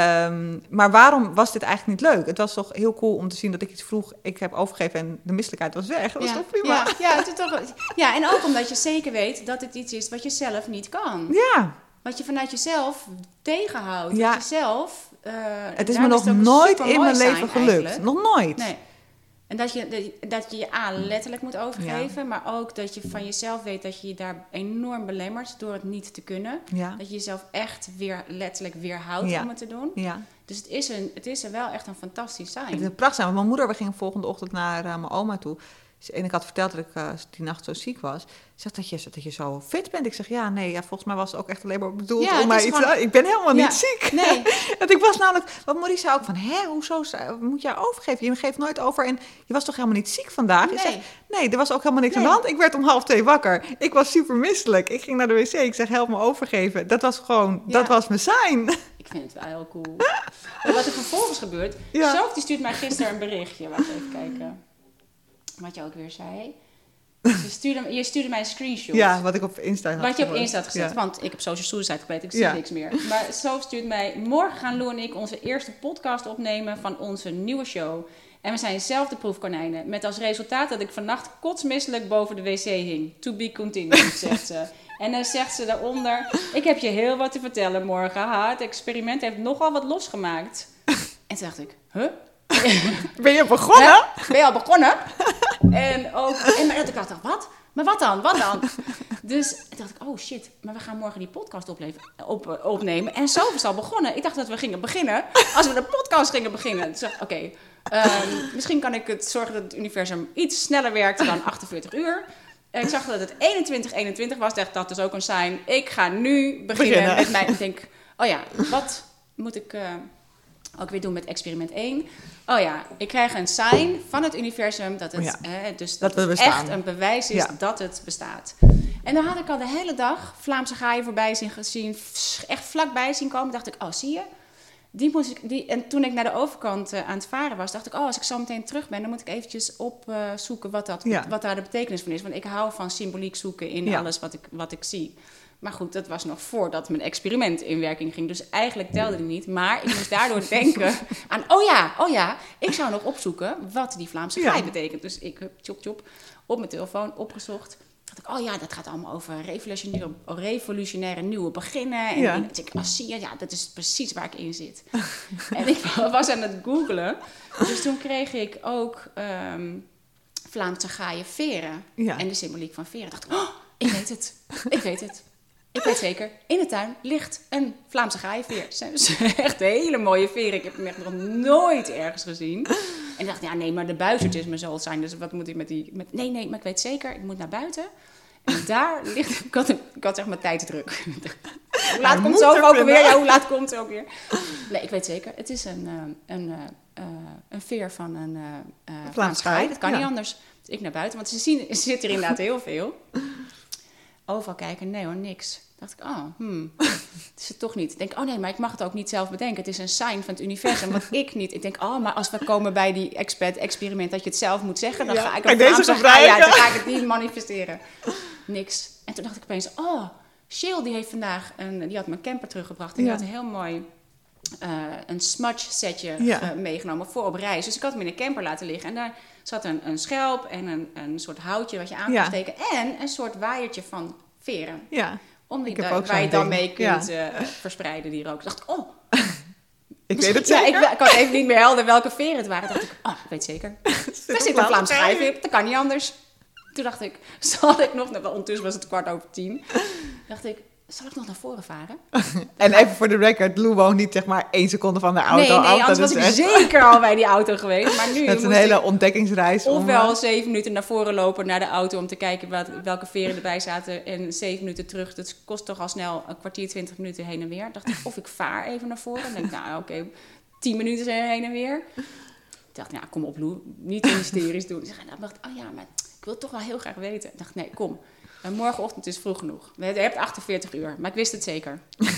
Um, maar waarom was dit eigenlijk niet leuk? Het was toch heel cool om te zien dat ik iets vroeg... ik heb overgegeven en de misselijkheid was weg. Dat was ja, toch prima? Ja, ja, het is toch, ja, en ook omdat je zeker weet dat het iets is wat je zelf niet kan. Ja. Wat je vanuit jezelf tegenhoudt. Ja. Wat je zelf... Uh, het is me nog nooit in mijn leven gelukt. Eigenlijk. Nog nooit. Nee. En dat je, dat je je A letterlijk moet overgeven... Ja. maar ook dat je van jezelf weet dat je je daar enorm belemmert... door het niet te kunnen. Ja. Dat je jezelf echt weer letterlijk weerhoudt ja. om het te doen. Ja. Dus het is, een, het is er wel echt een fantastisch zijn. Het is een prachtig. Want mijn moeder, we gingen volgende ochtend naar uh, mijn oma toe... En ik had verteld dat ik uh, die nacht zo ziek was. Ze zegt dat je, dat je zo fit bent. Ik zeg, ja, nee, ja, volgens mij was het ook echt alleen maar bedoeld ja, om mij iets gewoon... te... Ik ben helemaal ja, niet ziek. Nee. Want ik was namelijk... Want Maurice zei ook van, hè, hoezo moet jij overgeven? Je geeft nooit over en je was toch helemaal niet ziek vandaag? Nee. Ik zeg, nee, er was ook helemaal niks nee. aan de hand. Ik werd om half twee wakker. Ik was super misselijk. Ik ging naar de wc. Ik zeg, help me overgeven. Dat was gewoon, ja. dat was mijn sign. Ik vind het wel heel cool. En wat er vervolgens gebeurt... Ja. Zelf die stuurt mij gisteren een berichtje. Wacht even kijken. Wat je ook weer zei. Je stuurde, je stuurde mij een screenshot. Ja, wat ik op Insta had Wat je op Insta had gezet. Ja. Want ik heb social suicide gepleegd. Ik zie ja. niks meer. Maar zo stuurt mij... Morgen gaan Lou en ik onze eerste podcast opnemen... van onze nieuwe show. En we zijn zelf de proefkonijnen. Met als resultaat dat ik vannacht kotsmisselijk boven de wc hing. To be continued, zegt ze. En dan zegt ze daaronder... Ik heb je heel wat te vertellen morgen. Ha, het experiment heeft nogal wat losgemaakt. En toen dacht ik... Huh? Ben je begonnen? Ja, ben je al begonnen? En ook... En maar ik dacht, wat? Maar wat dan? Wat dan? Dus dacht ik, oh shit, maar we gaan morgen die podcast opleven, op, opnemen. En zo is het al begonnen. Ik dacht dat we gingen beginnen als we de podcast gingen beginnen. Dus oké, okay, um, misschien kan ik het zorgen dat het universum iets sneller werkt dan achtenveertig uur. En ik zag dat het eenentwintig eenentwintig was. Dacht, dat is ook een sign. Ik ga nu beginnen, beginnen. met mij. Ik denk, oh ja, wat moet ik... Uh, ook weer doen met experiment één. Oh ja, ik krijg een sign van het universum dat het, oh ja, eh, dus dat dat het echt een bewijs is ja. dat het bestaat. En dan had ik al de hele dag Vlaamse gaaien voorbij zien, zien, echt vlakbij zien komen. Dacht ik, oh zie je, Die moest ik, die, en toen ik naar de overkant uh, aan het varen was, dacht ik, oh, als ik zo meteen terug ben, dan moet ik eventjes opzoeken uh, wat, dat, ja. wat daar de betekenis van is. Want ik hou van symboliek zoeken in ja. alles wat ik, wat ik zie. Maar goed, dat was nog voordat mijn experiment in werking ging. Dus eigenlijk telde die niet. Maar ik moest daardoor denken aan, oh ja, oh ja, ik zou nog opzoeken wat die Vlaamse gaai ja. betekent. Dus ik heb tjop tjop op mijn telefoon opgezocht. Dacht ik, oh ja, dat gaat allemaal over revolutionaire, revolutionaire nieuwe beginnen. En ja. ik dacht, oh, zie je, ja, dat is precies waar ik in zit. En ik was aan het googlen. Dus toen kreeg ik ook um, Vlaamse gaaien veren. Ja. En de symboliek van veren. Dacht ik, oh, ik weet het. Ik weet het. Ik weet zeker, in de tuin ligt een Vlaamse gaaienveer. Het zijn dus echt hele mooie veren. Ik heb hem echt nog nooit ergens gezien. En ik dacht, ja nee, maar de buizertjes me zal zijn. Dus wat moet ik met die... Met, nee, nee, maar ik weet zeker, ik moet naar buiten. En daar ligt... Ik had, ik had zeg maar tijdsdruk. Hoe laat komt het ook, ook weer? Ja, hoe laat komt het ook weer? Nee, ik weet zeker. Het is een, uh, een, uh, uh, een veer van een uh, uh, Vlaamse gaai. Dat kan ja. niet anders. Dus ik naar buiten, want ze zien, er zit er inderdaad heel veel. Overal kijken, nee hoor, niks. Dacht ik, oh, hmm, het is het toch niet. Ik denk, oh nee, maar ik mag het ook niet zelf bedenken. Het is een sign van het universum, wat ik niet. Ik denk, oh, maar als we komen bij die expert-experiment dat je het zelf moet zeggen, dan ja, ga ik een Vlaamse gaai uit, dan ga ik het niet manifesteren. Niks. En toen dacht ik opeens, oh, Shale die heeft vandaag, een, die had mijn camper teruggebracht. En ja. die had een heel mooi, uh, een smudge setje ja. uh, meegenomen voor op reis. Dus ik had hem in de camper laten liggen en daar zat een, een schelp en een, een soort houtje wat je aan ja. kon steken. En een soort waaiertje van veren. Ja. Om die, da- waar je dan mee kunt ja. uh, verspreiden, die rook. Ik dacht, oh. ik weet het zeker. Ja, ik, ik had even niet meer helder welke veren het waren. Dacht ik, oh, ik weet zeker. Er zit een Vlaamse gaaienveer, dat kan niet anders. Toen dacht ik, zal ik nog... Nou, ondertussen was het kwart over tien. Dacht ik, zal ik nog naar voren varen? En even voor de record, Lou woont niet zeg maar één seconde van de auto nee, nee, af. Anders was ik echt... zeker al bij die auto geweest. Maar nu dat is een hele ontdekkingsreis. Ofwel om... zeven minuten naar voren lopen naar de auto om te kijken wat, welke veren erbij zaten. En zeven minuten terug. Dat kost toch al snel een kwartier, twintig minuten heen en weer. Dacht ik, of ik vaar even naar voren. Dan denk ik, nou oké, okay, tien minuten heen en weer. Ik dacht, nou kom op Lou, niet hysterisch doen. Ik dacht, nou, dacht, oh ja, maar ik wil het toch wel heel graag weten. Ik dacht, nee, kom. En morgenochtend is vroeg genoeg. Je hebt achtenveertig uur, maar ik wist het zeker.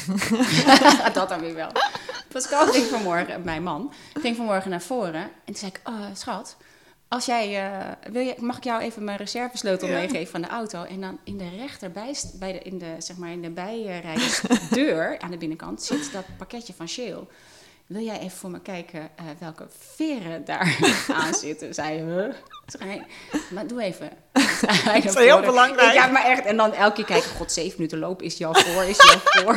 Dat dan weer wel. Pascal ging vanmorgen, mijn man, ging vanmorgen naar voren. En toen zei ik, oh, schat, als jij, uh, wil je, mag ik jou even mijn reservesleutel ja. meegeven van de auto? En dan in de rechterbij, bij de, in de, zeg maar in de bijrijdersdeur aan de binnenkant zit dat pakketje van Shale. Wil jij even voor me kijken uh, welke veren daar aan zitten? Zei je, huh? Zeg, nee, maar doe even. Dat is heel belangrijk. Ja, maar echt. En dan elke keer kijken, god, zeven minuten lopen, is die al voor, is die al voor?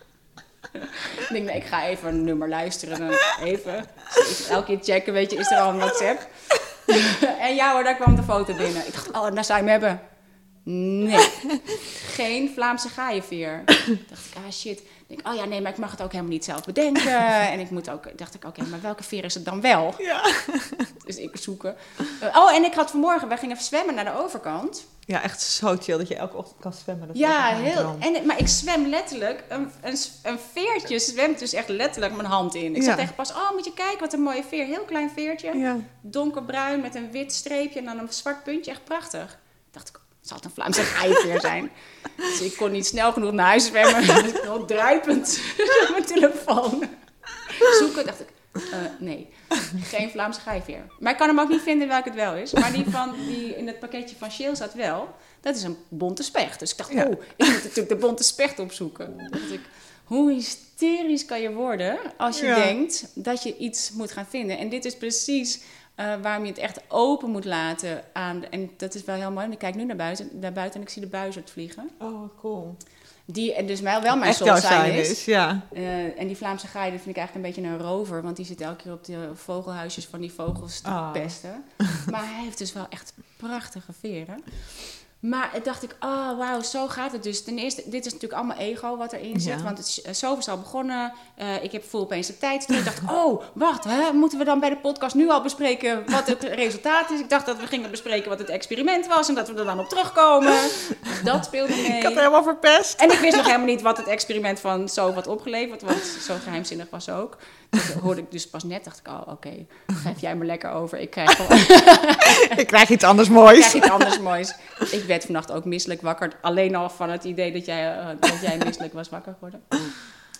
Ik denk, nee, ik ga even een nummer luisteren. Dan even, elke keer checken, weet je, is er al een WhatsApp? En ja hoor, daar kwam de foto binnen. Ik dacht, oh, daar zou je hem hebben. Nee, geen Vlaamse gaaienveer. Dacht ik, ah shit. Ik denk, oh ja, nee, maar ik mag het ook helemaal niet zelf bedenken. En ik moet ook, dacht ik, oké, okay, maar welke veer is het dan wel? Ja. Dus ik zoeken. Uh, oh, en ik had vanmorgen, wij gingen zwemmen naar de overkant. Ja, echt zo chill dat je elke ochtend kan zwemmen. Dat ja, heel. En, maar ik zwem letterlijk, een, een, een veertje zwemt dus echt letterlijk mijn hand in. Ik ja. zeg tegen pas, oh, moet je kijken, wat een mooie veer. Heel klein veertje, ja. donkerbruin met een wit streepje en dan een zwart puntje. Echt prachtig. Dacht ik, zal het een Vlaamse gaaienveer zijn? Dus ik kon niet snel genoeg naar huis zwemmen. Dus ik nog druipend op mijn telefoon zoeken. Dacht ik, uh, nee, geen Vlaamse gaaienveer. Maar ik kan hem ook niet vinden welke het wel is. Maar die, van, die in het pakketje van Shale zat wel. Dat is een bonte specht. Dus ik dacht, ja. oh, ik moet natuurlijk de bonte specht opzoeken. Dacht ik, hoe hysterisch kan je worden als je ja. denkt dat je iets moet gaan vinden. En dit is precies... Uh, waarom je het echt open moet laten aan... En dat is wel heel mooi. Ik kijk nu naar buiten, naar buiten en ik zie de buizerd vliegen. Oh, cool. Die dus wel, wel mijn soul sign is. is ja. uh, en die Vlaamse gaai, dat vind ik eigenlijk een beetje een rover. Want die zit elke keer op de vogelhuisjes van die vogels te oh. pesten. Maar hij heeft dus wel echt prachtige veren. Maar dacht ik, oh wauw, zo gaat het dus. Ten eerste, dit is natuurlijk allemaal ego wat erin zit. Ja. Want het is uh, zoveel al begonnen. Uh, ik heb voel opeens de tijd. Toen ik dacht, oh, wacht, hè, moeten we dan bij de podcast nu al bespreken wat het resultaat is? Ik dacht dat we gingen bespreken wat het experiment was en dat we er dan op terugkomen. Dat speelde mee. Ik had helemaal verpest. En ik wist nog helemaal niet wat het experiment van zo had opgeleverd. Want zo geheimzinnig was ook. Dat hoorde ik dus pas net, dacht ik, oh, oké, okay, geef jij me lekker over. Ik krijg, gewoon... ik krijg iets anders moois. Ik krijg iets anders moois. Ik werd vannacht ook misselijk wakker. Alleen al van het idee dat jij, uh, dat jij misselijk was wakker geworden.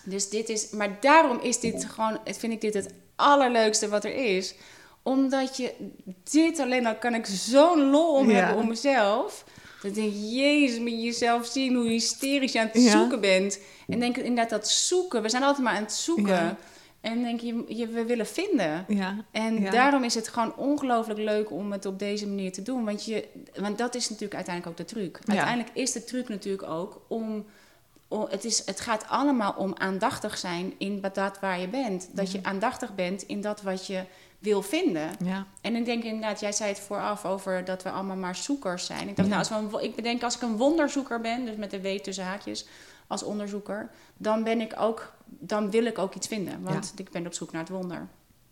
Dus dit is, maar daarom is dit gewoon, vind ik dit het allerleukste wat er is. Omdat je dit alleen al kan ik zo'n lol om Ja. hebben om mezelf. Dan denk ik, jezus, met jezelf zien hoe hysterisch je aan het Ja. zoeken bent. En denk inderdaad dat zoeken, we zijn altijd maar aan het zoeken. Ja. En denk je, je, we willen vinden. Ja. En Ja. daarom is het gewoon ongelooflijk leuk om het op deze manier te doen. Want, je, want dat is natuurlijk uiteindelijk ook de truc. Ja. Uiteindelijk is de truc natuurlijk ook om... om het, is, het gaat allemaal om aandachtig zijn in wat- dat waar je bent. Dat je aandachtig bent in dat wat je wil vinden. Ja. En ik denk inderdaad, jij zei het vooraf over dat we allemaal maar zoekers zijn. Ik dacht, Ja. nou, als we een, wo- ik bedenk als ik een wonderzoeker ben, dus met de W tussen haakjes, als onderzoeker, dan ben ik ook, dan wil ik ook iets vinden. Want ik ben op zoek naar het wonder.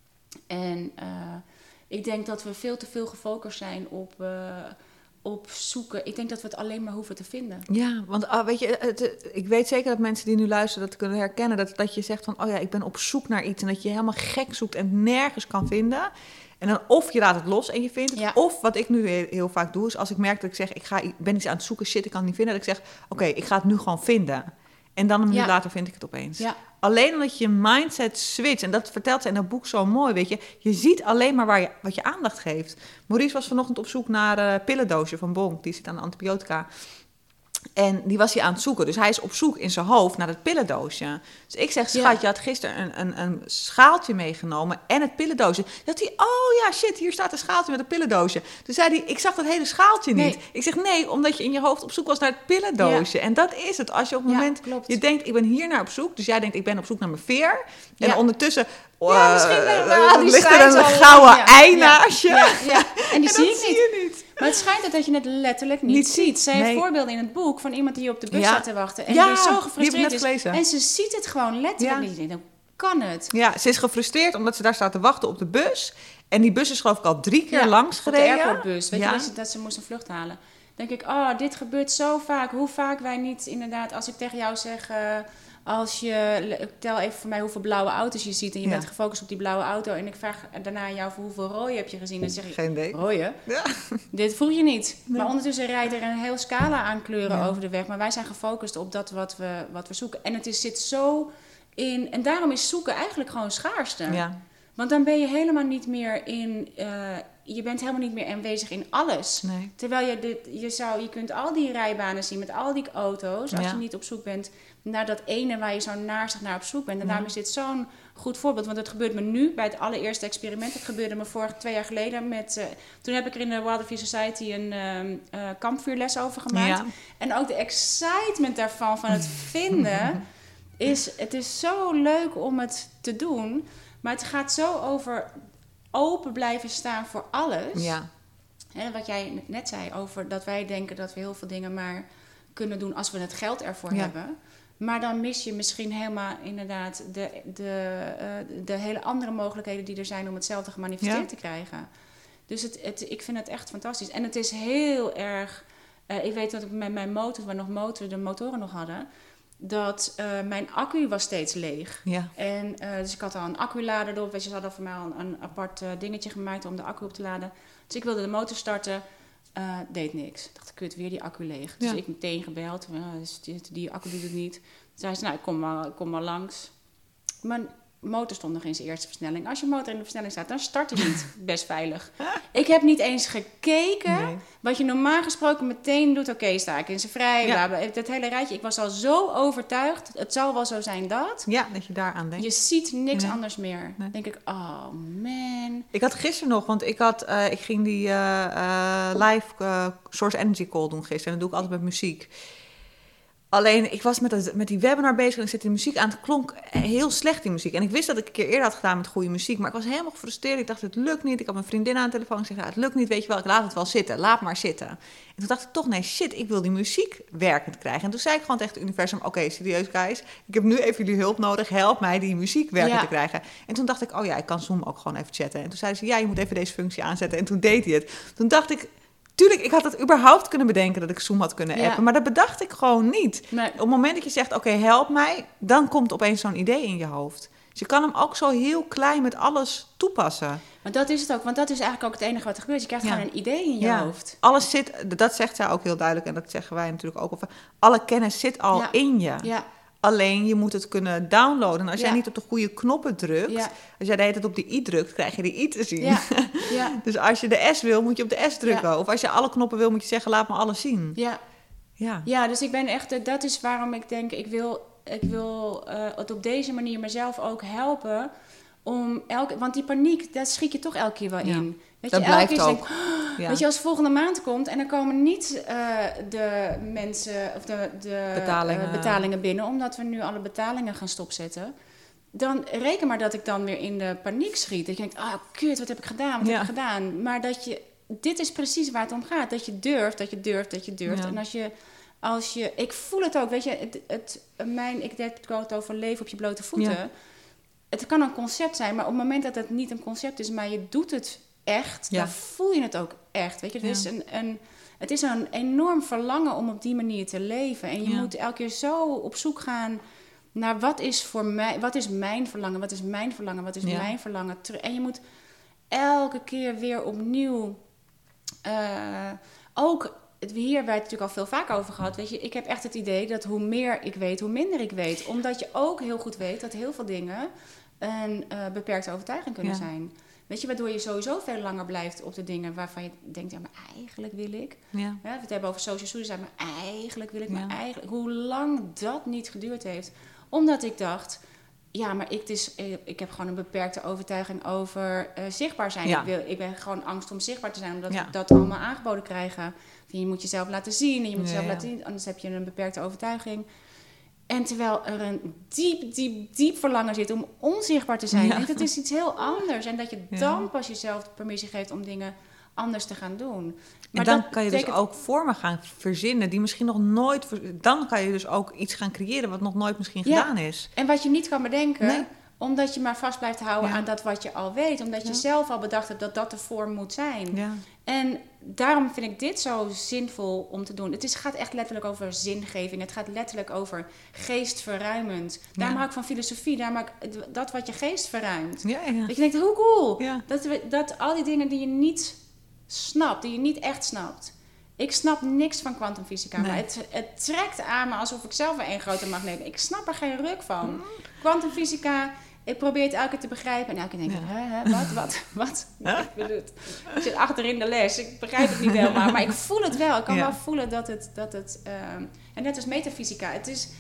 En uh, ik denk dat we veel te veel gefocust zijn op, uh, op zoeken. Ik denk dat we het alleen maar hoeven te vinden. Ja, want ah, weet je, het, het- ik weet zeker dat mensen die nu luisteren dat kunnen herkennen. Dat, dat je zegt van, oh ja, ik ben op zoek naar iets. En dat je helemaal gek zoekt en nergens kan vinden. En dan of je laat het los en je vindt het. Ja. Of wat ik nu heel, heel vaak doe, is als ik merk dat ik zeg, ik ga, ik ben iets aan het zoeken, shit, ik kan het niet vinden. Dat ik zeg, oké, ik ga het nu gewoon vinden. En dan een minuut Ja. later vind ik het opeens. Ja. Alleen omdat je mindset switcht, en dat vertelt ze in dat boek zo mooi, weet je. Je ziet alleen maar waar je, wat je aandacht geeft. Maurice was vanochtend op zoek naar een pillendoosje van Bonk. Die zit aan de antibiotica. En die was hij aan het zoeken. Dus hij is op zoek in zijn hoofd naar het pillendoosje. Dus ik zeg, schat, Ja. je had gisteren een, een, een schaaltje meegenomen en het pillendoosje. Dat hij, oh ja, shit, hier staat een schaaltje met een pillendoosje. Toen zei hij, ik zag dat hele schaaltje niet. Nee. Ik zeg, nee, omdat je in je hoofd op zoek was naar het pillendoosje. Ja. En dat is het. Als je op het Ja, moment, klopt. je denkt, ik ben hier naar op zoek. Dus jij denkt, ik ben op zoek naar mijn veer. En Ja. ondertussen Ja, misschien uh, wel, nou, die ligt er schijnt een al- gouden ja. ei Ja. naast je. Ja, ja. En die En zie dat ik zie niet. je niet. Maar het schijnt ook dat je het letterlijk niet, Niet ziet. ziet, Ze heeft nee. voorbeelden in het boek van iemand die op de bus Ja. staat te wachten. En Ja, die zo die heb ik gefrustreerd net is. gelezen. En ze ziet het gewoon letterlijk Ja. niet. Je denkt, hoe kan het? Ja, ze is gefrustreerd omdat ze daar staat te wachten op de bus. En die bus is geloof ik al drie keer Ja, langs op de gereden. airportbus. Weet Ja. je, dat ze, dat ze moest een vlucht halen. denk ik, oh, dit gebeurt zo vaak. Hoe vaak wij niet inderdaad, als ik tegen jou zeg... Uh, als je, tel even voor mij hoeveel blauwe auto's je ziet... en je Ja. bent gefocust op die blauwe auto... en ik vraag daarna aan jou voor hoeveel rode heb je gezien... dan zeg je, Geen idee. rode? Ja. Dit vroeg je niet. Nee. Maar ondertussen rijdt er een hele scala aan kleuren Ja. over de weg. Maar wij zijn gefocust op dat wat we, wat we zoeken. En het is, zit zo in... En daarom is zoeken eigenlijk gewoon schaarste. Ja. Want dan ben je helemaal niet meer in... Uh, je bent helemaal niet meer aanwezig in alles. Nee. Terwijl je, dit, je, zou, je kunt al die rijbanen zien met al die auto's... als Ja. je niet op zoek bent naar dat ene waar je zo naarstig naar op zoek bent. En Ja. daarom is dit zo'n goed voorbeeld. Want het gebeurt me nu bij het allereerste experiment. Het gebeurde me vorig twee jaar geleden. Met, uh, toen heb ik er in de Wildlife Society een uh, uh, kampvuurles over gemaakt. Ja. En ook de excitement daarvan, van het vinden... is, het is zo leuk om het te doen. Maar het gaat zo over open blijven staan voor alles. Ja. Hè, wat jij net zei over dat wij denken dat we heel veel dingen maar kunnen doen als we het geld ervoor Ja. hebben. Maar dan mis je misschien helemaal inderdaad de, de, uh, de hele andere mogelijkheden die er zijn om hetzelfde gemanifesteerd Ja. te krijgen. Dus het, het, ik vind het echt fantastisch. En het is heel erg... Uh, ik weet dat ik met mijn motor, waar nog motor, de motoren nog hadden... dat uh, mijn accu was steeds leeg. Ja. En, uh, dus ik had al een acculader erop. Weet je, ze hadden voor mij al een, een apart uh, dingetje gemaakt om de accu op te laden. Dus ik wilde de motor starten. Uh, deed niks. Ik dacht, kut, weer die accu leeg. Dus Ja. ik meteen gebeld. Uh, dus die, die accu doet het niet. Toen zei ze, nou, ik kom maar, ik kom maar langs. Mijn motor stond nog in zijn eerste versnelling. Als je motor in de versnelling staat, dan start hij niet. Best veilig. Ik heb niet eens gekeken. Nee. Wat je normaal gesproken meteen doet. Oké, okay, sta ik in zijn vrij. Ja. Bla, bla, het hele rijtje. Ik was al zo overtuigd. Het zal wel zo zijn dat. Ja, dat je daaraan denkt. Je ziet niks Nee. anders meer. Nee. Dan denk ik, oh man. Ik had gisteren nog, want ik, had, uh, ik ging die uh, uh, live uh, Source Energy Call doen gisteren. En dat doe ik altijd met muziek. Alleen, ik was met, het, met die webinar bezig en ik zette de muziek aan. Het klonk heel slecht, die muziek. En ik wist dat ik een keer eerder had gedaan met goede muziek. Maar ik was helemaal gefrustreerd. Ik dacht, het lukt niet. Ik had mijn vriendin aan de telefoon. Ik zei, ja, het lukt niet, weet je wel. Ik laat het wel zitten. Laat maar zitten. En toen dacht ik toch, nee, shit, ik wil die muziek werkend krijgen. En toen zei ik gewoon tegen het universum, oké, okay, serieus guys. Ik heb nu even jullie hulp nodig. Help mij die muziek werkend Ja. te krijgen. En toen dacht ik, oh ja, ik kan Zoom ook gewoon even chatten. En toen zeiden ze, ja, je moet even deze functie aanzetten. En toen deed hij het. Toen dacht ik... Tuurlijk, ik had het überhaupt kunnen bedenken dat ik Zoom had kunnen appen. Ja. Maar dat bedacht ik gewoon niet. Nee. Op het moment dat je zegt, oké, okay, help mij, dan komt opeens zo'n idee in je hoofd. Dus je kan hem ook zo heel klein met alles toepassen. Maar dat is het ook, want dat is eigenlijk ook het enige wat er gebeurt. Je krijgt Ja. gewoon een idee in je Ja. hoofd. Alles zit, dat zegt zij ook heel duidelijk en dat zeggen wij natuurlijk ook. Alle kennis zit al Ja. in je. Ja. Alleen je moet het kunnen downloaden. En als Ja. jij niet op de goede knoppen drukt... Ja. Als jij de hele tijd op de i drukt, krijg je de i te zien. Ja. Ja. Dus als je de S wil, moet je op de S drukken. Ja. Of als je alle knoppen wil, moet je zeggen... laat me alles zien. Ja. Ja, Ja, dus ik ben echt... Dat is waarom ik denk... Ik wil, ik wil uh, het op deze manier mezelf ook helpen... om elke... Want die paniek, daar schiet je toch elke keer wel ja. in. Weet Dat je, blijft elke keer ook. Denk, oh, ja. Weet je, als volgende maand komt... en dan komen niet uh, de mensen... of de, de betalingen. Uh, betalingen binnen... omdat we nu alle betalingen gaan stopzetten... dan reken maar dat ik dan weer in de paniek schiet. Dat je denkt, ah, oh, kut, wat heb ik gedaan, wat ja. heb ik gedaan? Maar dat je... Dit is precies waar het om gaat. Dat je durft, dat je durft, dat je durft. Ja. En als je... Als je, ik voel het ook, weet je, het, het, mijn, ik heb het over leven op je blote voeten. Ja. Het kan een concept zijn, maar op het moment dat het niet een concept is, maar je doet het echt, ja. dan voel je het ook echt. Weet je, het, ja. is een, een, het is een enorm verlangen om op die manier te leven. En je ja. moet elke keer zo op zoek gaan naar wat is voor mij, wat is mijn verlangen, wat is mijn verlangen, wat is ja. mijn verlangen. En je moet elke keer weer opnieuw uh, ook. Hier hebben wij het natuurlijk al veel vaker over gehad. Weet je, ik heb echt het idee dat hoe meer ik weet, hoe minder ik weet. Omdat je ook heel goed weet dat heel veel dingen een uh, beperkte overtuiging kunnen ja. zijn. Weet je, waardoor je sowieso veel langer blijft op de dingen waarvan je denkt, ja, maar eigenlijk wil ik. Ja. Ja, we het hebben over social suicide, maar eigenlijk wil ik, ja. maar eigenlijk. Hoe lang dat niet geduurd heeft. Omdat ik dacht, ja, maar ik, dus, ik heb gewoon een beperkte overtuiging over uh, zichtbaar zijn. Ja. Ik, wil, ik ben gewoon angst om zichtbaar te zijn, omdat ja. we dat allemaal aangeboden krijgen. Je moet jezelf laten zien en je moet jezelf ja, ja. laten zien, anders heb je een beperkte overtuiging. En terwijl er een diep, diep, diep verlangen zit om onzichtbaar te zijn. Ja. En dat is iets heel anders. En dat je ja. dan pas jezelf de permissie geeft om dingen anders te gaan doen. Maar en dan kan je dus betekent... ook vormen gaan verzinnen die misschien nog nooit... Dan kan je dus ook iets gaan creëren wat nog nooit misschien ja. gedaan is. En wat je niet kan bedenken... Nee. Omdat je maar vast blijft houden ja. aan dat wat je al weet. Omdat ja. je zelf al bedacht hebt dat dat de vorm moet zijn. Ja. En daarom vind ik dit zo zinvol om te doen. Het is, gaat echt letterlijk over zingeving. Het gaat letterlijk over geestverruimend. Daarom ja. hou ik van filosofie. Daarom hou ik dat wat je geest verruimt. Ja, ja. Dat je denkt, hoe cool. Ja. Dat, dat al die dingen die je niet snapt, die je niet echt snapt. Ik snap niks van kwantumfysica, nee. maar het, het trekt aan me alsof ik zelf een grote magneet ben. Ik snap er geen ruk van. Kwantumfysica... Ik probeer het elke keer te begrijpen. En elke keer denk ik, ja. hè, hè, wat, wat, wat? Huh? Ik, bedoel, ik zit achter in de les. Ik begrijp het niet helemaal. Maar ik voel het wel. Ik kan ja. wel voelen dat het... Dat het um, en net als metafysica. Het is...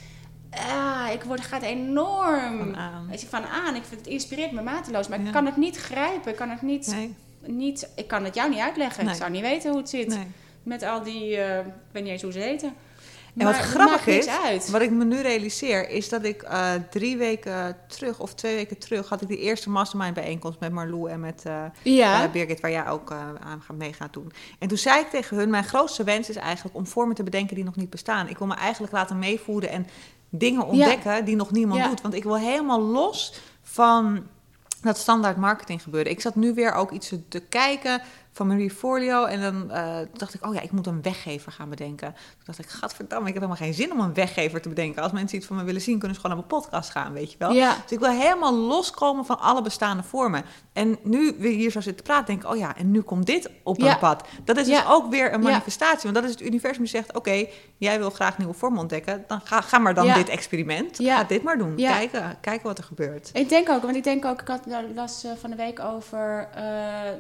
Ah, ik word, gaat enorm... Van aan. Weet je, van aan. Ik vind het inspireert me mateloos. Maar ja. ik kan het niet grijpen. Ik kan het niet... Nee. niet ik kan het jou niet uitleggen. Nee. Ik zou niet weten hoe het zit. Nee. Met al die... Uh, ik weet niet eens hoe ze heten. En wat grappig is, uit. wat ik me nu realiseer, is dat ik uh, drie weken terug of twee weken terug had ik de eerste mastermind bijeenkomst met Marlou en met uh, ja. uh, Birgit, waar jij ook uh, aan gaat mee gaat doen. En toen zei ik tegen hun, mijn grootste wens is eigenlijk om vormen te bedenken die nog niet bestaan. Ik wil me eigenlijk laten meevoeren en dingen ontdekken ja. die nog niemand ja. doet. Want ik wil helemaal los van dat standaard marketing gebeuren. Ik zat nu weer ook iets te kijken van Marie Forleo. En dan uh, dacht ik, oh ja, ik moet een weggever gaan bedenken. Toen dacht ik, gadverdamme, ik heb helemaal geen zin om een weggever te bedenken. Als mensen iets van me willen zien, kunnen ze gewoon naar mijn podcast gaan, weet je wel. Ja. Dus ik wil helemaal loskomen van alle bestaande vormen. En nu weer hier zo zitten praten, denk ik, oh ja, en nu komt dit op mijn ja. pad. Dat is ja. dus ook weer een manifestatie. Want dat is het universum die zegt, oké, okay, jij wil graag nieuwe vormen ontdekken. Dan ga, ga maar dan ja. dit experiment. Ja. Ga dit maar doen. Ja. Kijken, kijken wat er gebeurt. Ik denk ook, want ik denk ook, ik had las uh, van de week over uh,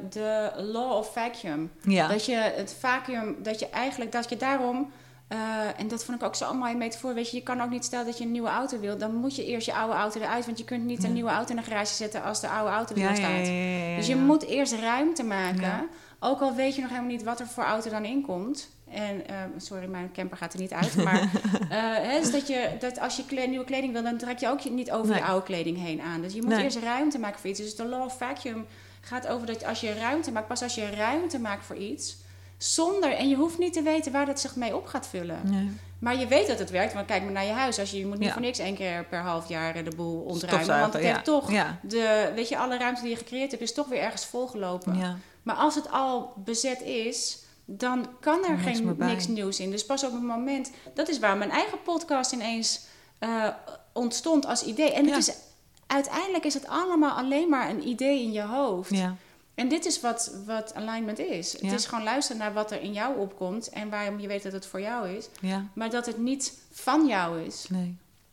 de law of vacuum. Ja. Dat je het vacuüm, dat je eigenlijk, dat je daarom... Uh, en dat vond ik ook zo allemaal een metafoor. Weet je, je kan ook niet stellen dat je een nieuwe auto wil. Dan moet je eerst je oude auto eruit. Want je kunt niet een ja. nieuwe auto in de garage zetten als de oude auto er ja, staat. Ja, ja, ja, ja, dus je ja. moet eerst ruimte maken. Ja. Ook al weet je nog helemaal niet wat er voor auto dan in komt. En, uh, sorry, mijn camper gaat er niet uit. Maar uh, hè, dus dat, je, dat als je kle- nieuwe kleding wil, dan trek je ook niet over nee. je oude kleding heen aan. Dus je moet nee. eerst ruimte maken voor iets. Dus de law of vacuum gaat over dat als je ruimte maakt, pas als je ruimte maakt voor iets, zonder, en je hoeft niet te weten waar dat zich mee op gaat vullen. Nee. Maar je weet dat het werkt, want kijk maar naar je huis. Als je, je moet niet ja. voor niks één keer per half jaar de boel ontruimen. Want het ja. heeft toch, ja. de, weet je, alle ruimte die je gecreëerd hebt, is toch weer ergens volgelopen. Ja. Maar als het al bezet is, dan kan er niks geen niks nieuws in. Dus pas op het moment, dat is waar mijn eigen podcast ineens uh, ontstond als idee. En het ja. is, uiteindelijk is het allemaal alleen maar een idee in je hoofd. Ja. En dit is wat, wat alignment is. Ja. Het is gewoon luisteren naar wat er in jou opkomt en waarom je weet dat het voor jou is. Ja. Maar dat het niet van jou is. Nee.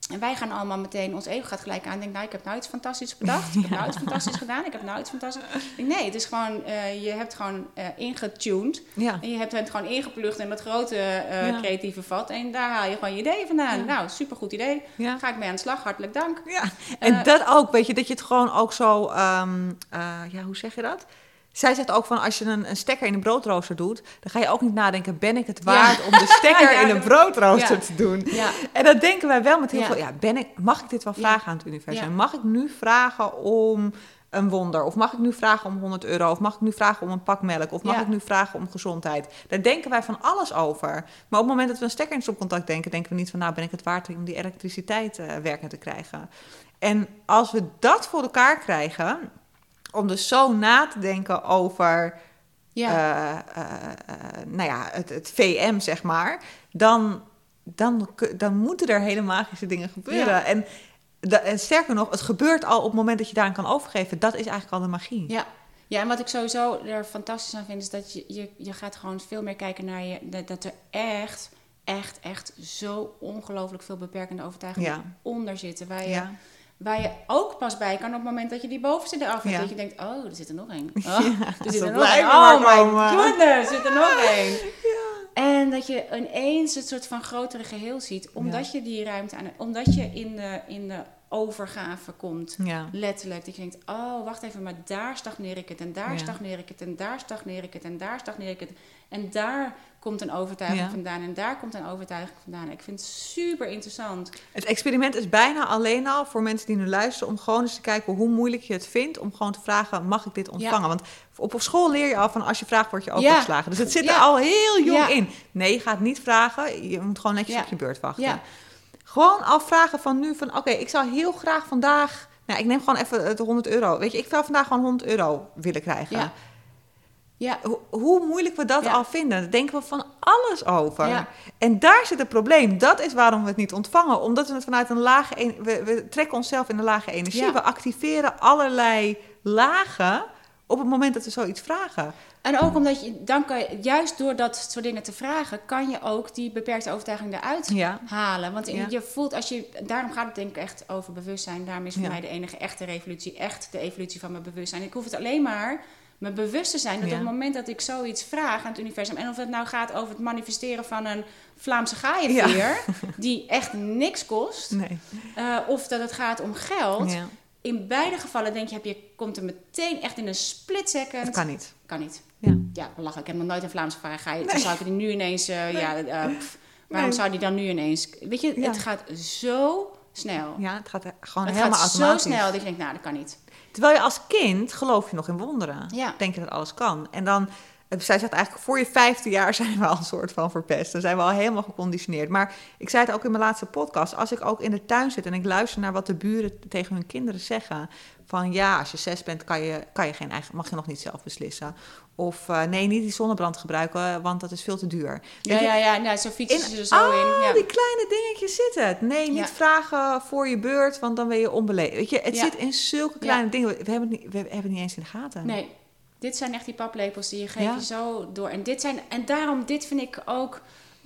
En wij gaan allemaal meteen, ons ego gaat gelijk aan. Ik denk, nou, ik heb nou iets fantastisch bedacht. Ik heb nou iets fantastisch gedaan. Ik heb nou iets fantastisch... Ik denk, nee, het is gewoon, uh, je hebt gewoon uh, ingetuned. Ja. En je hebt het gewoon ingeplucht in dat grote uh, ja. creatieve vat. En daar haal je gewoon je ideeën vandaan. Ja. Nou, supergoed idee. Ja. Ga ik mee aan de slag. Hartelijk dank. Ja. En uh, dat ook, weet je, dat je het gewoon ook zo... Um, uh, ja, hoe zeg je dat? Zij zegt ook van, als je een, een stekker in een broodrooster doet... dan ga je ook niet nadenken, ben ik het waard ja. om de stekker ja, in een broodrooster ja. te doen? Ja. En dat denken wij wel met heel ja. veel... Ja, ben ik, mag ik dit wel vragen ja. aan het universum? Ja. Mag ik nu vragen om een wonder? Of mag ik nu vragen om honderd euro? Of mag ik nu vragen om een pak melk? Of mag ja. ik nu vragen om gezondheid? Daar denken wij van alles over. Maar op het moment dat we een stekker in stopcontact denken... denken we niet van, nou, ben ik het waard om die elektriciteit uh, werkend te krijgen? En als we dat voor elkaar krijgen... om dus zo na te denken over ja. Uh, uh, uh, nou ja, het, het V M, zeg maar... Dan, dan, dan moeten er hele magische dingen gebeuren. Ja. En, de, en sterker nog, het gebeurt al op het moment dat je daaraan kan overgeven. Dat is eigenlijk al de magie. Ja, ja en wat ik sowieso er fantastisch aan vind... is dat je, je, je gaat gewoon veel meer kijken naar je... dat, dat er echt, echt, echt zo ongelooflijk veel beperkende overtuigingen ja. onder zitten. Waar je... Ja. Waar je ook pas bij kan op het moment dat je die bovenste eraf hebt. Ja. Dat je denkt, oh, er zit er nog één. Oh, ja, er zit er nog één. Oh my goodness, er zit er nog één. Ja. En dat je ineens het soort van grotere geheel ziet. Omdat ja. je die ruimte aan... Omdat je in de, in de overgave komt. Ja. Letterlijk. Dat je denkt, oh, wacht even, maar daar stagneer ik het. En daar ja. stagneer ik het. En daar stagneer ik het. En daar stagneer ik het. En daar... komt een overtuiging ja. vandaan en daar komt een overtuiging vandaan. Ik vind het super interessant. Het experiment is bijna alleen al voor mensen die nu luisteren... om gewoon eens te kijken hoe moeilijk je het vindt... om gewoon te vragen, mag ik dit ontvangen? Ja. Want op, op school leer je al van als je vraagt, word je overgeslagen. Ja. Dus het zit ja. er al heel jong ja. in. Nee, je gaat niet vragen. Je moet gewoon netjes ja. op je beurt wachten. Ja. Gewoon al vragen van nu van... oké, okay, ik zou heel graag vandaag... Nou, ik neem gewoon even het honderd euro. Weet je, ik zou vandaag gewoon honderd euro willen krijgen... Ja. Ja. Ho- hoe moeilijk we dat ja. al vinden. Daar denken we van alles over. Ja. En daar zit het probleem. Dat is waarom we het niet ontvangen. Omdat we het vanuit een lage... En- we, we trekken onszelf in een lage energie. Ja. We activeren allerlei lagen... op het moment dat we zoiets vragen. En ook omdat je... dan kan je, juist door dat soort dingen te vragen... kan je ook die beperkte overtuiging eruit ja. halen. Want ja. je voelt als je... daarom gaat het denk ik echt over bewustzijn. Daarom is voor ja. mij de enige echte revolutie... echt de evolutie van mijn bewustzijn. Ik hoef het alleen maar... me bewust te zijn dat ja. op het moment dat ik zoiets vraag aan het universum... en of het nou gaat over het manifesteren van een Vlaamse gaaienveer... Ja. die echt niks kost... Nee. Uh, of dat het gaat om geld... Ja. In beide gevallen denk je, heb je, komt er meteen echt in een split second... Het kan niet. Kan niet. Ja, ja belachelijk. Ik heb nog nooit een Vlaamse gaai. Nee. Dan zou ik die nu ineens... Uh, nee. ja, uh, pff, waarom nee. zou die dan nu ineens... Weet je, ja. het gaat zo snel. Ja, het gaat gewoon het helemaal gaat automatisch. zo snel dat je denkt, nou, dat kan niet. Terwijl je als kind geloof je nog in wonderen. Ja. Denk je dat alles kan. En dan, zij zegt eigenlijk, voor je vijfde jaar zijn we al een soort van verpest. Dan zijn we al helemaal geconditioneerd. Maar ik zei het ook in mijn laatste podcast. Als ik ook in de tuin zit en ik luister naar wat de buren tegen hun kinderen zeggen. Van ja, als je zes bent kan je, kan je geen eigen, mag je nog niet zelf beslissen. Of uh, nee, niet die zonnebrand gebruiken, want dat is veel te duur. Ja, ja, ja, nou, zo fietsen ze er zo in. Ja. Die kleine dingetjes zit het. Nee, niet ja. vragen voor je beurt, want dan ben je onbeleefd. Weet je, het ja. zit in zulke kleine ja. dingen. We hebben, het niet, we hebben het niet eens in de gaten. Nee, dit zijn echt die paplepels die je geeft ja. zo door. En, dit zijn, en daarom, dit vind ik ook...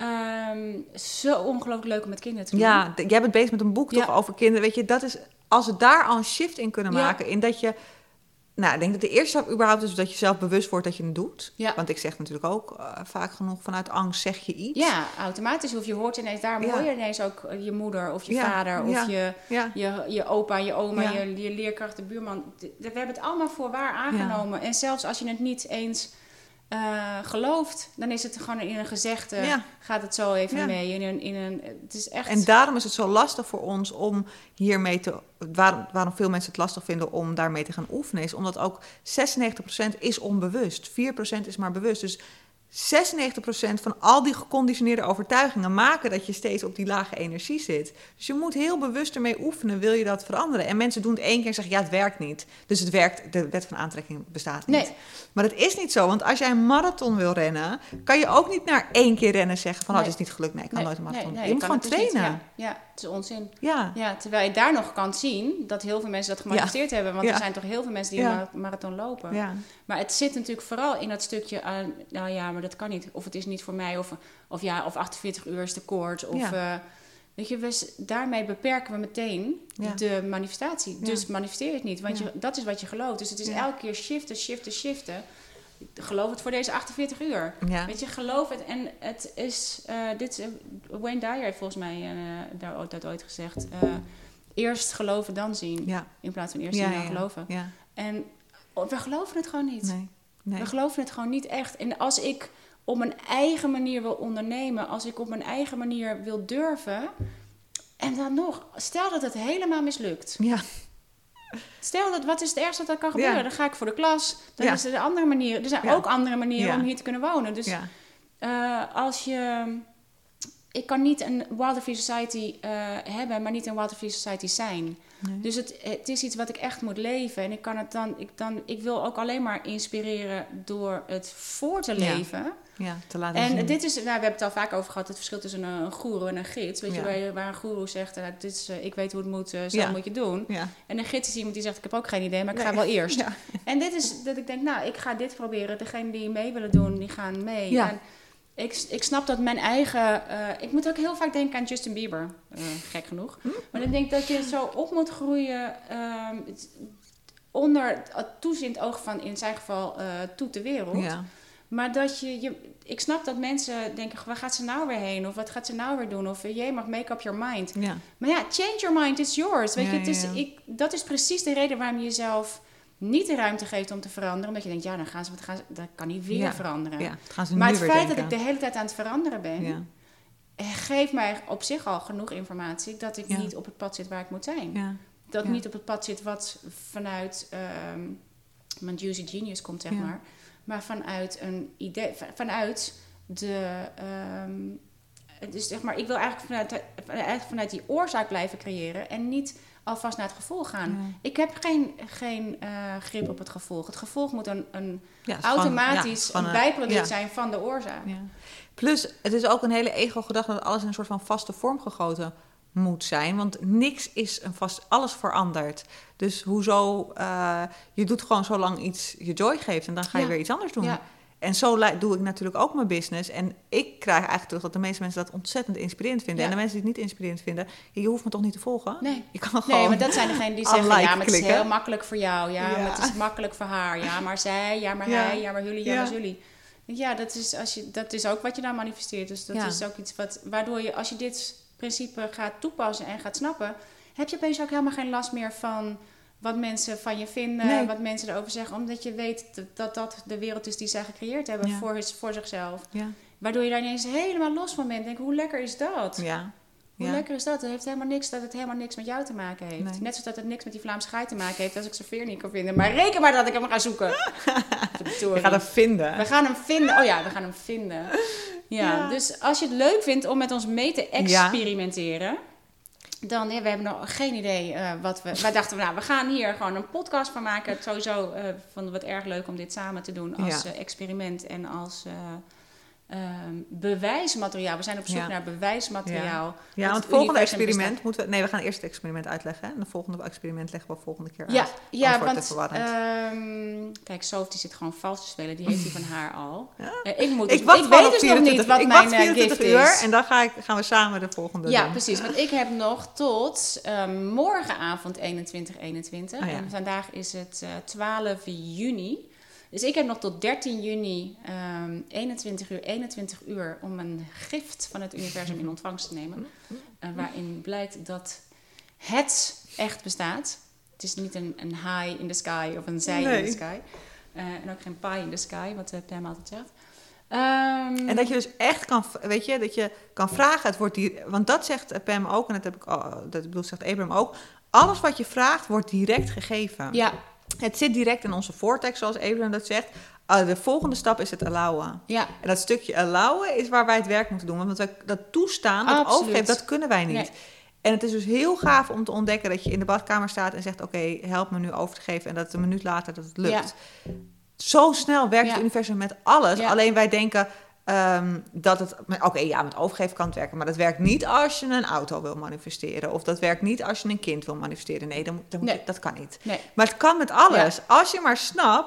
Um, zo ongelooflijk leuk om met kinderen te doen. Ja, jij bent bezig met een boek ja. toch over kinderen. Weet je, dat is... Als we daar al een shift in kunnen maken, ja. in dat je... Nou, ik denk dat de eerste stap überhaupt is dat je zelf bewust wordt dat je het doet. Ja. Want ik zeg natuurlijk ook uh, vaak genoeg vanuit angst zeg je iets. Ja, automatisch. Of je hoort ineens, daarom ja. hoor je ineens ook je moeder of je ja. vader of ja. Je, ja. Je, je opa, je oma, ja. je, je leerkracht, de buurman. We hebben het allemaal voor waar aangenomen. Ja. En zelfs als je het niet eens uh, gelooft, dan is het gewoon in een gezegde, ja. gaat het zo even ja. mee. In een, in een, het is echt... En daarom is het zo lastig voor ons om hiermee te... Waarom, waarom veel mensen het lastig vinden om daarmee te gaan oefenen... is omdat ook zesennegentig procent is onbewust. vier procent is maar bewust. Dus zesennegentig procent van al die geconditioneerde overtuigingen... maken dat je steeds op die lage energie zit. Dus je moet heel bewust ermee oefenen, wil je dat veranderen. En mensen doen het één keer en zeggen, ja, het werkt niet. Dus het werkt, de wet van aantrekking bestaat niet. Nee. Maar dat is niet zo, want als jij een marathon wil rennen... kan je ook niet na één keer rennen zeggen van... Nee. oh, het is niet gelukt, nee, ik kan nee. nooit een marathon. Nee, nee, je moet gewoon trainen. Ja. ja, het is onzin. Ja. Ja, terwijl je daar nog kan zien dat heel veel mensen dat gemanifesteerd ja. hebben. Want ja. er zijn toch heel veel mensen die ja. een marathon lopen. Ja. Maar het zit natuurlijk vooral in dat stukje aan... nou ja, maar dat kan niet. Of het is niet voor mij. Of, of ja, of achtenveertig uur is te kort. Of, ja. uh, Weet je, we, daarmee beperken we meteen Ja. de manifestatie. Ja. Dus manifesteer je het niet, want Ja. je, dat is wat je gelooft. Dus het is Ja. elke keer shiften, shiften, shiften. Geloof het voor deze achtenveertig uur. Ja. Weet je, geloof het. En het is, uh, dit, uh, Wayne Dyer heeft volgens mij uh, daar, dat ooit gezegd. Uh, eerst geloven, dan zien. Ja. In plaats van eerst Ja, zien, dan ja, geloven. Ja. En we geloven het gewoon niet. Nee. Nee. We geloven het gewoon niet echt. En als ik op mijn eigen manier wil ondernemen, als ik op mijn eigen manier wil durven, en dan nog, stel dat het helemaal mislukt. Ja. Stel dat, wat is het ergste dat kan gebeuren? Ja. Dan ga ik voor de klas. Dan Ja. is er een andere manier. Er zijn Ja. ook andere manieren Ja. om hier te kunnen wonen. Dus Ja. uh, als je... Ik kan niet een Wilder Free Society uh, hebben, maar niet een Wilder Free Society zijn. Nee. Dus het, het is iets wat ik echt moet leven. En ik kan het dan, ik dan... Ik wil ook alleen maar inspireren door het voor te Ja. leven. Ja, te laten En zien. dit is, nou, we hebben het al vaak over gehad, het verschil tussen een, een goeroe en een gids. Weet Ja. je, waar, je, waar een goeroe zegt, uh, dit is, uh, ik weet hoe het moet, uh, zo Ja. moet je doen. Ja. En een gids is iemand die zegt, ik heb ook geen idee, maar ik Nee. ga wel eerst. Ja. En dit is dat ik denk, nou, ik ga dit proberen. Degenen die mee willen doen, die gaan mee. Ja. En ik, ik snap dat mijn eigen... Uh, ik moet ook heel vaak denken aan Justin Bieber, uh, gek genoeg. Hm? Maar ik denk dat je zo op moet groeien... Um, onder het toezicht oog van, in zijn geval, uh, Toet de Wereld. Ja. Maar dat je, je... Ik snap dat mensen denken, waar gaat ze nou weer heen? Of wat gaat ze nou weer doen? Of je mag make up your mind. Ja. Maar ja, change your mind, it's yours. Weet Ja, je, het is, ja, ja. ik, dat is precies de reden waarom je jezelf niet de ruimte geeft om te veranderen. Omdat je denkt, ja, dan gaan ze, wat gaan ze, dat kan niet weer Ja. veranderen. Ja. Het gaan ze Maar nu het weer feit denken. dat ik de hele tijd aan het veranderen ben... Ja. geeft mij op zich al genoeg informatie... dat ik Ja. niet op het pad zit waar ik moet zijn. Ja. Dat ik Ja. niet op het pad zit wat vanuit um, mijn juicy genius komt, zeg Ja. maar. Maar vanuit een idee, vanuit de... Um, dus zeg maar, ik wil eigenlijk vanuit, de, vanuit, vanuit die oorzaak blijven creëren... en niet alvast naar het gevolg gaan. Ja. Ik heb geen, geen uh, grip op het gevolg. Het gevolg moet een, een Ja, het is automatisch gewoon- ja, een gewoon bijproduct ja. zijn van de oorzaak. Ja. Plus, het is ook een hele ego-gedachte dat alles in een soort van vaste vorm gegoten moet zijn. Want niks is een vast, alles verandert. Dus hoezo, uh, je doet gewoon zolang iets je joy geeft en dan ga je Ja. weer iets anders doen. Ja. En zo li- doe ik natuurlijk ook mijn business. En ik krijg eigenlijk terug dat de meeste mensen dat ontzettend inspirerend vinden. Ja. En de mensen die het niet inspirerend vinden, je hoeft me toch niet te volgen? Nee. Je kan gewoon Nee, maar dat zijn degenen die zeggen, unlike ja, maar het is klikken. heel makkelijk voor jou. Ja, Ja. maar het is makkelijk voor haar. Ja, maar zij, ja, maar Ja. hij, ja, maar jullie, ja, Ja. maar jullie. Ja, dat is, als je, dat is ook wat je dan manifesteert. Dus dat Ja. is ook iets wat, waardoor je, als je dit principe gaat toepassen en gaat snappen, heb je opeens ook helemaal geen last meer van wat mensen van je vinden, Nee. wat mensen erover zeggen. Omdat je weet dat dat, dat de wereld is die zij gecreëerd hebben Ja. voor, voor zichzelf. Ja, Waardoor je daar ineens helemaal los van bent. Denk, hoe lekker is dat? ja. Hoe ja. lekker is dat? Het heeft helemaal niks dat het helemaal niks met jou te maken heeft. Nee. Net zoals dat het niks met die Vlaamse gaai te maken heeft als ik Xavier niet kan vinden. Maar reken maar dat ik hem ga zoeken. Je gaat het vinden. We gaan hem vinden. Oh ja, we gaan hem vinden. Ja, Ja. dus als je het leuk vindt om met ons mee te experimenteren, dan, ja, we hebben nog geen idee uh, wat we... Wij dachten, nou, we gaan hier gewoon een podcast van maken. Het sowieso uh, vonden we het erg leuk om dit samen te doen als Ja. uh, experiment en als uh, um, bewijsmateriaal. We zijn op zoek Ja. naar bewijsmateriaal. Ja, Het want het volgende universum experiment bestaat. moeten we... Nee, we gaan eerst het experiment uitleggen. En het volgende experiment leggen we volgende keer Ja, uit. ja, Anders wordt het want verwarrend. um, kijk, Sof die zit gewoon vals te spelen. Die heeft die van haar al. Uh, ik moet dus, Ik wacht ik gewoon weet op dus nog niet wat ik mijn wacht uh, vierentwintig gift uur is. en dan ga ik, gaan we samen de volgende Ja, doen. precies. Want ik heb nog tot um, morgenavond eenentwintig eenentwintig. Oh ja. En vandaag is het uh, twaalf juni. Dus ik heb nog tot dertien juni um, eenentwintig uur, eenentwintig uur om een gift van het universum in ontvangst te nemen. Uh, waarin blijkt dat het echt bestaat. Het is niet een, een high in the sky of een zij Nee. in the sky. Uh, en ook geen pie in the sky, wat uh, Pam altijd zegt. Um, En dat je dus echt kan, weet je, dat je kan vragen, het wordt die, want dat zegt Pam ook, en dat heb ik, oh, dat bedoel, zegt Abraham ook, alles wat je vraagt wordt direct gegeven. ja, Het zit direct in onze vortex, zoals Abraham dat zegt. Uh, de volgende stap is het allowen. ja. En dat stukje allowen is waar wij het werk moeten doen. Want wij, dat toestaan, dat Absoluut. overgeven, dat kunnen wij niet. Nee. En het is dus heel gaaf om te ontdekken dat je in de badkamer staat en zegt, oké, okay, help me nu over te geven. En dat het een minuut later dat het lukt. Ja. Zo snel werkt Ja. het universum met alles. Ja. Alleen wij denken um, dat het... Oké, okay, ja, met overgeven kan het werken. Maar dat werkt niet als je een auto wil manifesteren. Of dat werkt niet als je een kind wil manifesteren. Nee, dan, dan, Nee. dat kan niet. Nee. Maar het kan met alles. Als je maar snapt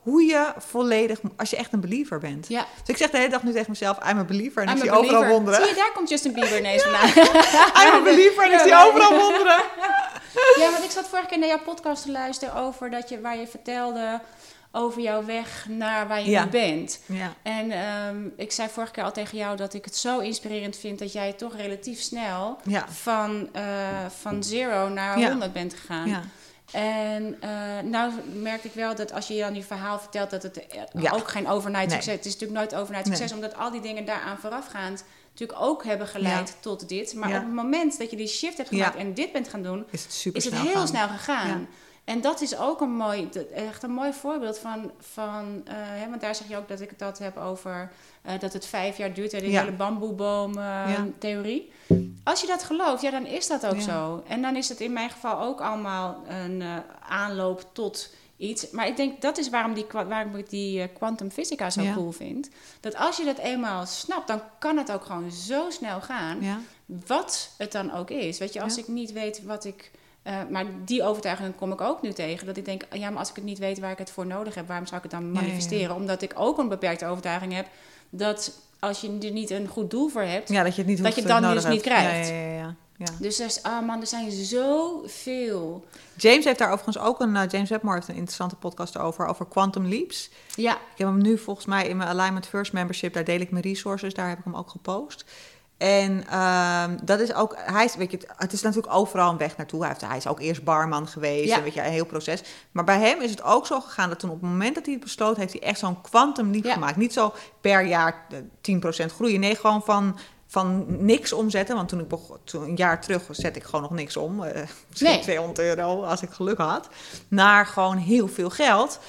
hoe je volledig, als je echt een believer bent. Ja. Dus ik zeg de hele dag nu tegen mezelf, I'm a believer. En I'm ik zie a believer. overal wonderen. Zie je, daar komt Justin Bieber ineens ja. vandaan. I'm a believer en ik zie overal wonderen. Ja, want ik zat vorige keer naar jouw podcast te luisteren over dat je, waar je vertelde over jouw weg naar waar je ja. nu bent. Ja. En um, ik zei vorige keer al tegen jou dat ik het zo inspirerend vind dat jij toch relatief snel ja. van, uh, van zero naar ja. honderd bent gegaan. Ja. En uh, nou merk ik wel dat als je dan je verhaal vertelt dat het ja. ook geen overnight succes is. Nee. Het is natuurlijk nooit overnight succes, nee. omdat al die dingen daaraan voorafgaand natuurlijk ook hebben geleid ja. tot dit. Maar ja. op het moment dat je die shift hebt gemaakt ja. en dit bent gaan doen, is het, super is het snel heel gaan. snel gegaan. Ja. En dat is ook een mooi, echt een mooi voorbeeld van, van uh, hè, want daar zeg je ook dat ik het dat heb over uh, dat het vijf jaar duurt, hè, die ja. hele bamboeboom uh, ja. theorie. Als je dat gelooft, ja, dan is dat ook ja. zo. En dan is het in mijn geval ook allemaal een uh, aanloop tot iets. Maar ik denk, dat is waarom, die, waarom ik die uh, quantum physica zo ja. cool vind. Dat als je dat eenmaal snapt, dan kan het ook gewoon zo snel gaan. Ja. Wat het dan ook is. Weet je, als ja. ik niet weet wat ik... Uh, maar die overtuiging kom ik ook nu tegen. Dat ik denk, ja, maar als ik het niet weet waar ik het voor nodig heb, waarom zou ik het dan manifesteren? Ja, ja, ja. Omdat ik ook een beperkte overtuiging heb dat als je er niet een goed doel voor hebt, ja, dat je het niet dat je het dan dus hebt. niet krijgt. Ja, ja, ja, ja. Ja. Dus er is, oh man, er zijn zoveel. James heeft daar overigens ook een... Uh, James Wedmore heeft een interessante podcast over, over quantum leaps. Ja. Ik heb hem nu volgens mij in mijn Alignment First membership, daar deel ik mijn resources, daar heb ik hem ook gepost. En uh, dat is ook, hij is, weet je, het is natuurlijk overal een weg naartoe. Hij, heeft, hij is ook eerst barman geweest, ja. en weet je, een heel proces. Maar bij hem is het ook zo gegaan dat toen op het moment dat hij het besloot, heeft hij echt zo'n quantum leap ja. gemaakt. Niet zo per jaar tien procent groeien. Nee, gewoon van, van niks omzetten. Want toen ik begon, toen een jaar terug zet ik gewoon nog niks om. Uh, misschien nee. tweehonderd euro als ik geluk had. Naar gewoon heel veel geld.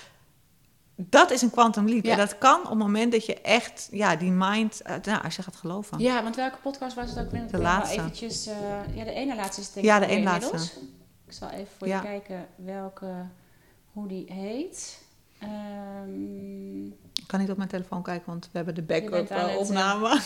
Dat is een quantum leap. Ja. En dat kan op het moment dat je echt, ja, die mind, uh, nou, als je gaat geloven. Ja, want welke podcast was het ook? De ik laatste. Eventjes, uh, ja, de ene laatste is denk ik. Ja, de ene laatste. Ik zal even voor ja. je kijken welke, hoe die heet. Um, ik kan niet op mijn telefoon kijken, want we hebben de backup uh, opname.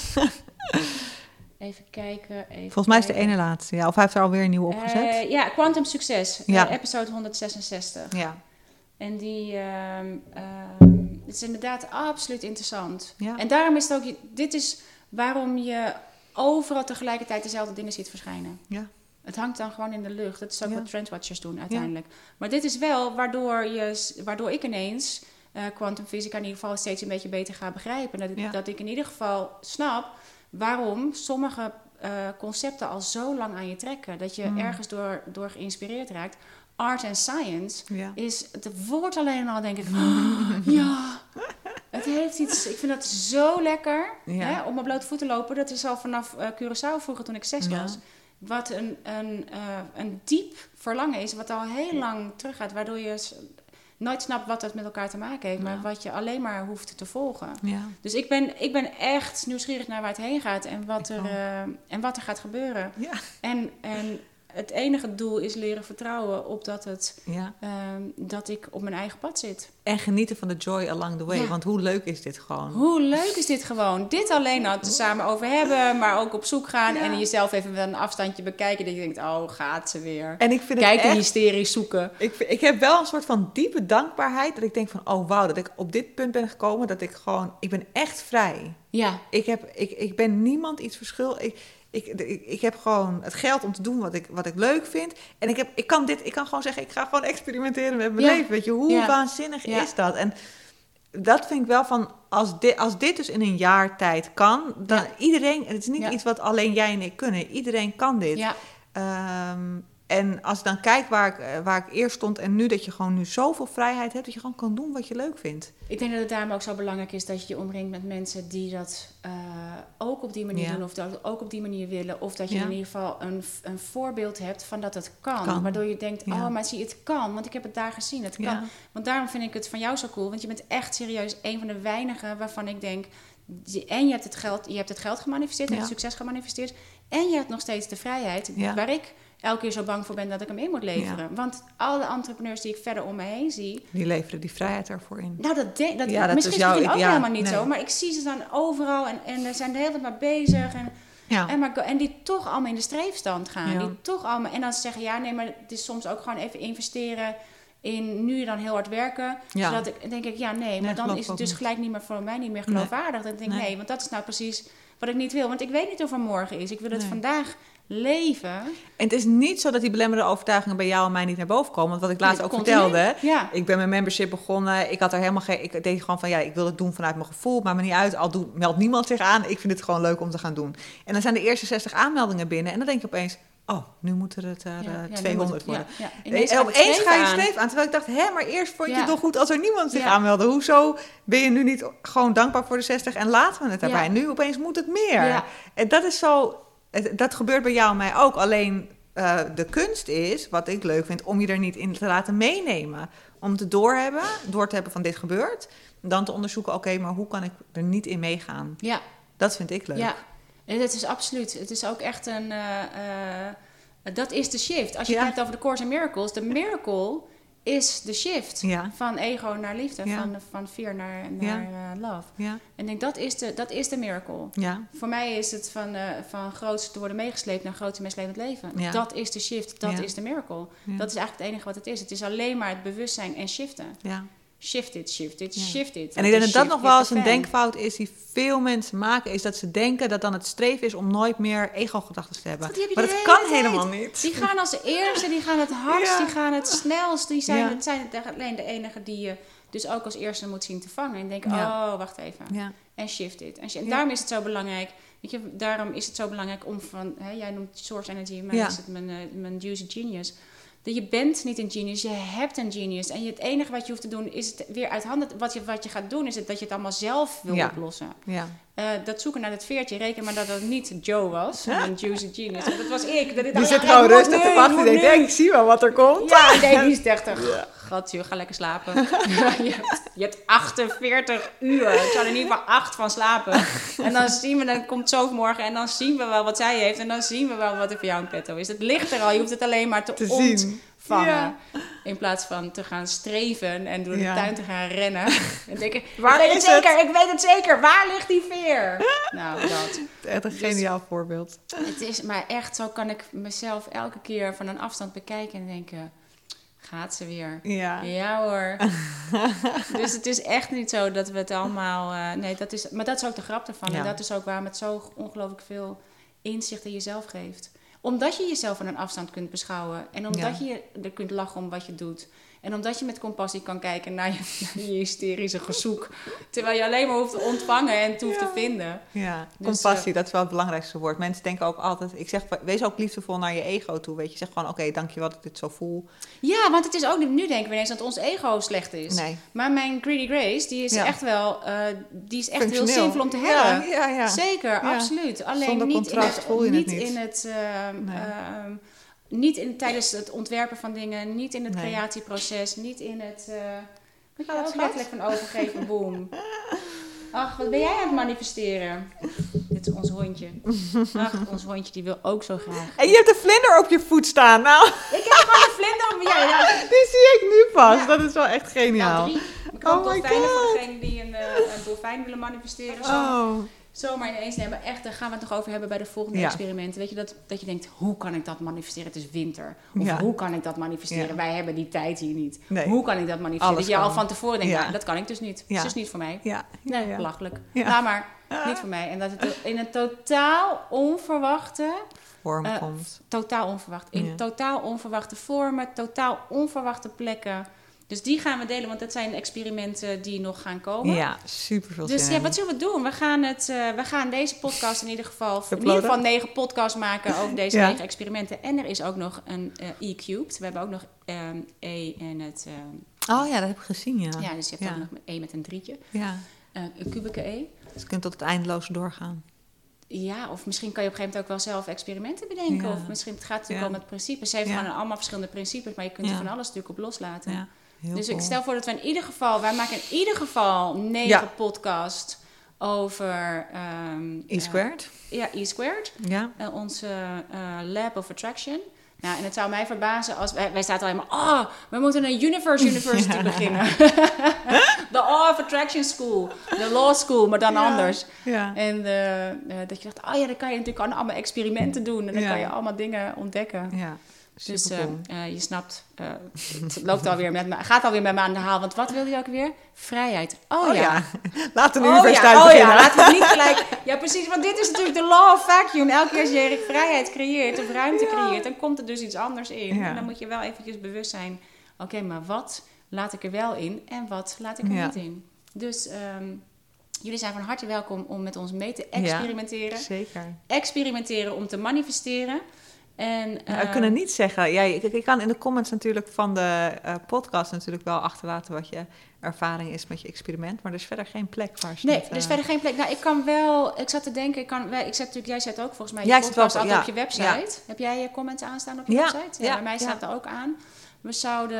Even kijken. Even Volgens mij is kijken. de ene laatste, ja. Of hij heeft er alweer een nieuwe opgezet. Uh, ja, Quantum Succes. Ja. Uh, episode honderdzesenzestig. Ja. En die, um, um, het is inderdaad absoluut interessant. Ja. En daarom is het ook, dit is waarom je overal tegelijkertijd dezelfde dingen ziet verschijnen. Ja. Het hangt dan gewoon in de lucht. Dat is ook ja. wat trendwatchers doen uiteindelijk. Ja. Maar dit is wel waardoor, je, waardoor ik ineens uh, quantum physica in ieder geval steeds een beetje beter ga begrijpen. Dat, ja. dat ik in ieder geval snap waarom sommige uh, concepten al zo lang aan je trekken. Dat je mm. ergens door, door geïnspireerd raakt. Art en science ja. is het woord alleen al, denk ik, oh, ja, het heeft iets. Ik vind dat zo lekker ja. hè, om op blote voeten te lopen. Dat is al vanaf uh, Curaçao vroeger toen ik zes ja. was. Wat een, een, uh, een diep verlangen is, wat al heel lang teruggaat, waardoor je nooit snapt wat dat met elkaar te maken heeft, ja. maar wat je alleen maar hoeft te volgen. Ja. Dus ik ben, ik ben echt nieuwsgierig naar waar het heen gaat en wat, er, uh, en wat er gaat gebeuren. Ja. En, en het enige doel is leren vertrouwen op dat, het, ja. um, dat ik op mijn eigen pad zit. En genieten van de joy along the way. Ja. Want hoe leuk is dit gewoon? Hoe leuk is dit gewoon? Dit alleen al te samen over hebben, maar ook op zoek gaan. Ja. En jezelf even met een afstandje bekijken. Dat je denkt, oh, gaat ze weer. En ik vind Kijk het echt, en hysterisch zoeken. Ik, ik heb wel een soort van diepe dankbaarheid. Dat ik denk van, oh wauw, dat ik op dit punt ben gekomen. Dat ik gewoon, ik ben echt vrij. Ja. Ik, heb, ik, ik ben niemand iets verschuldigd. Ik, ik, ik heb gewoon het geld om te doen wat ik, wat ik leuk vind. En ik, heb, ik, kan dit, ik kan gewoon zeggen, ik ga gewoon experimenteren met mijn ja. leven. Weet je, hoe ja. waanzinnig ja. is dat? En dat vind ik wel van, als dit, als dit dus in een jaar tijd kan, dan ja. iedereen, het is niet ja. iets wat alleen jij en ik kunnen. Iedereen kan dit. Ja. Um, en als ik dan kijk waar ik, waar ik eerst stond en nu, dat je gewoon nu zoveel vrijheid hebt, dat je gewoon kan doen wat je leuk vindt. Ik denk dat het daarom ook zo belangrijk is dat je je omringt met mensen die dat uh, ook op die manier ja. doen, of dat ook op die manier willen. Of dat je ja. in ieder geval een, een voorbeeld hebt van dat het kan. kan. Waardoor je denkt, ja. oh, maar zie, het kan. Want ik heb het daar gezien, het kan. Ja. Want daarom vind ik het van jou zo cool. Want je bent echt serieus een van de weinigen waarvan ik denk, en je hebt het geld, je hebt het geld gemanifesteerd, je ja. hebt het succes gemanifesteerd. En je hebt nog steeds de vrijheid, ja. waar ik elke keer zo bang voor ben dat ik hem in moet leveren. Ja. Want alle entrepreneurs die ik verder om me heen zie, die leveren die vrijheid ervoor in. Nou, dat, de, dat, ja, dat misschien is, jouw, is het ook ja, helemaal niet nee. zo. Maar ik zie ze dan overal en, en er zijn de hele tijd maar bezig. En, ja. en, maar, en die toch allemaal in de streefstand gaan. Ja. Die toch allemaal, en dan zeggen, ja, nee, maar het is soms ook gewoon even investeren in nu dan heel hard werken. Ja. Zodat ik denk ik, ja nee, maar Nee, dan geloof is het ook dus niet. gelijk niet meer voor mij niet meer geloofwaardig. Dan denk ik, Nee. nee, want dat is nou precies wat ik niet wil. Want ik weet niet of er morgen is. Ik wil het Nee. vandaag leven. En het is niet zo dat die belemmerende overtuigingen bij jou en mij niet naar boven komen. Want wat ik laatst Nee, ook continu. vertelde. Ja. Ik ben mijn membership begonnen. Ik had er helemaal geen. Ik deed gewoon van ja, ik wil het doen vanuit mijn gevoel. Maar me niet uit. Al doet, meldt niemand zich aan. Ik vind het gewoon leuk om te gaan doen. En dan zijn de eerste zestig aanmeldingen binnen. En dan denk je opeens. Oh, nu moeten het er Ja, uh, ja, nu tweehonderd moet het- worden. ja, ja. En Ineens gaat het opeens streven ga je aan. streven aan. Terwijl ik dacht, hè, maar eerst vond je Ja. het toch goed als er niemand zich Ja. aanmeldde. Hoezo ben je nu niet gewoon dankbaar voor de zestig en laten we het daarbij? Ja. Nu opeens moet het meer. Ja. En dat is zo. Het, dat gebeurt bij jou en mij ook. Alleen uh, de kunst is, wat ik leuk vind, om je er niet in te laten meenemen. Om te doorhebben, door te hebben van dit gebeurt. Dan te onderzoeken, oké, okay, maar hoe kan ik er niet in meegaan? Ja. Dat vind ik leuk. Ja, en dat is absoluut. Het is ook echt een... Uh, uh, dat is de shift. Als je Ja. het hebt over de Course in Miracles, de miracle is de shift. Ja. Van ego naar liefde, Ja. van, van fear naar, naar Ja. uh, love. Ja. En ik denk, dat is de, dat is de miracle. Ja. Voor mij is het van, uh, van grootste te worden meegesleept naar grootste meeslepend leven. Ja. Dat is de shift, dat Ja. is de miracle. Ja. Dat is eigenlijk het enige wat het is. Het is alleen maar het bewustzijn en shiften. Ja. Shift it, shift it, Ja. shift it. En ik denk dat dat shift nog wel eens the een fan. denkfout is die veel mensen maken. Is dat ze denken dat dan het streven is om nooit meer ego-gedachten te hebben. Die heb je Maar de dat hele kan tijd. helemaal niet. Die gaan als eerste, die gaan het hardst, Ja. die gaan het snelst. Die zijn, Ja. het zijn alleen de enige die je dus ook als eerste moet zien te vangen. En denken, Ja. oh, wacht even. Ja. En shift it. En, shi- en Ja. daarom is het zo belangrijk. Weet je, daarom is het zo belangrijk om van... Hè, jij noemt Source Energy, maar Ja. is het mijn, uh, mijn Juicy Genius. Dat je bent niet een genius, je hebt een genius. En je, het enige wat je hoeft te doen is het weer uit handen... Wat je, wat je gaat doen is het dat je het allemaal zelf wil Ja. oplossen. Ja. Uh, dat zoeken naar dat veertje, reken maar dat het niet Joe was, een Juicy Genius. Want dat was ik. Dat ik Die dacht, zit ja, gewoon ik moet rustig nu, te wachten. ik Die moet denkt, nu. ik zie wel wat er komt. Ja, nee, die is echt... Gat, joh, ga lekker slapen. je, hebt, je hebt achtenveertig uur. Ik zou er in ieder geval acht van slapen. En dan zien we, dan komt zo morgen en dan zien we wel wat zij heeft. En dan zien we wel wat er voor jou in petto is. Het ligt er al, je hoeft het alleen maar te, Te zien. ontvangen. Ja. In plaats van te gaan streven en door de Ja. tuin te gaan rennen. En denken, Waar ik weet is het het? zeker, ik weet het zeker. Waar ligt die veer? Nou, dat. Echt een geniaal voorbeeld. Het is maar echt, zo kan ik mezelf elke keer van een afstand bekijken en denken... Gaat ze weer? Ja. Ja hoor. Dus het is echt niet zo dat we het allemaal... Uh, nee, dat is, maar dat is ook de grap ervan. Ja. En dat is ook waarom het zo ongelooflijk veel inzicht in jezelf geeft. Omdat je jezelf van een afstand kunt beschouwen. En omdat Ja. je er kunt lachen om wat je doet. En omdat je met compassie kan kijken naar je, naar je hysterische gezoek. Terwijl je alleen maar hoeft te ontvangen en het hoeft Ja. te vinden. Ja, Dus, compassie, uh, dat is wel het belangrijkste woord. Mensen denken ook altijd, ik zeg, wees ook liefdevol naar je ego toe. Weet je, zeg gewoon, oké, okay, dankjewel dat ik dit zo voel. Ja, want het is ook, nu denken we ineens dat ons ego slecht is. Nee. Maar mijn Greedy Grace, die is Ja. echt wel, uh, die is echt heel Functioneel. zinvol om te Ja, hebben. ja, ja. Zeker, Ja. absoluut. Alleen Zonder niet, contrast in het, voel je niet het niet. in het... Uh, Nee. uh, niet in, tijdens het ontwerpen van dingen, niet in het Nee. creatieproces, niet in het... Uh, moet je Gaat er het ook schat? letterlijk van overgeven, boom. Ach, wat ben jij aan het manifesteren? Dit is ons hondje. Ach, ons hondje die wil ook zo graag. En je hebt een vlinder op je voet staan. Nou, Ik heb gewoon een vlinder op ja, ja. die zie ik nu pas. Ja. Dat is wel echt geniaal. Nou, drie. Ik hoop Oh my dolfijnen voor God. degene die een, uh, een dolfijn willen manifesteren. Zo. Oh, Zomaar ineens nemen. Echt, daar gaan we het nog over hebben bij de volgende Ja. experimenten. Weet je, dat, dat je denkt, hoe kan ik dat manifesteren? Het is winter. Of Ja. hoe kan ik dat manifesteren? Ja. Wij hebben die tijd hier niet. Nee. Hoe kan ik dat manifesteren? Alles dat je al kan. van tevoren denkt, Ja. nou, dat kan ik dus niet. Dat Ja. is dus niet voor mij. ja. Nee, ja, ja. belachelijk. Ja. Laat maar. Ah. Niet voor mij. En dat het in een totaal onverwachte... Vorm Uh, komt. Totaal onverwacht. In Ja. totaal onverwachte vormen, totaal onverwachte plekken. Dus die gaan we delen, want dat zijn experimenten die nog gaan komen. Ja, super veel Dus zin ja, in. wat zullen we doen? We gaan, het, uh, we gaan deze podcast in ieder geval... in Uploaden? ieder geval negen podcasts maken over deze Ja. negen experimenten. En er is ook nog een uh, E-cubed. We hebben ook nog um, E en het... Um, Oh ja, dat heb ik gezien, ja. ja, dus je hebt ja. ook nog E met een drietje. Ja, Uh, een kubieke E. dus je kunt tot het eindeloos doorgaan. Ja, of misschien kan je op een gegeven moment ook wel zelf experimenten bedenken. Ja. Of misschien, het gaat natuurlijk Ja. wel met principes. Ze heeft Ja. gewoon allemaal verschillende principes, maar je kunt Ja. er van alles natuurlijk op loslaten. Ja, heel Dus cool. ik stel voor dat we in ieder geval, wij maken in ieder geval negen Ja. podcasts over um, E-squared. Uh, ja, E-squared. Ja. Uh, onze uh, Lab of Attraction. Nou, en het zou mij verbazen als... Wij, wij zaten alleen maar... Oh, we moeten een Universe University Ja. beginnen. The Law of Attraction School. De Law School, maar dan Ja. anders. Ja. En uh, uh, dat je dacht... Oh ja, dan kan je natuurlijk allemaal experimenten doen. En dan Ja. kan je allemaal dingen ontdekken. Ja. Dus uh, Supercool. uh, je snapt, uh, het loopt alweer met me, gaat alweer met me aan de haal. Want wat wil je ook weer? Vrijheid. Oh, Oh ja. ja, laten we de Oh universiteit ja, oh beginnen. ja, laten we niet gelijk... Ja, precies, want dit is natuurlijk de law of vacuum. Elke keer als je vrijheid creëert of ruimte Ja. creëert, dan komt er dus iets anders in. Ja. En dan moet je wel eventjes bewust zijn, oké, okay, maar wat laat ik er wel in en wat laat ik er Ja. niet in? Dus um, jullie zijn van harte welkom om met ons mee te experimenteren. Ja, zeker. Experimenteren om te manifesteren. En, Ja, we uh, kunnen niet zeggen... Ja, je, je kan in de comments natuurlijk van de uh, podcast natuurlijk wel achterlaten wat je ervaring is met je experiment. Maar er is verder geen plek waar je Nee, het, uh, er is verder geen plek. Nou, ik kan wel... Ik zat te denken... Ik kan, wij, ik zet natuurlijk, jij zet ook volgens mij je Ja, ik zet podcast wel- altijd ja, op je website. ja. Heb jij je comments aanstaan op je Ja, website? Ja, ja, bij mij staat ja. er ook aan. We zouden...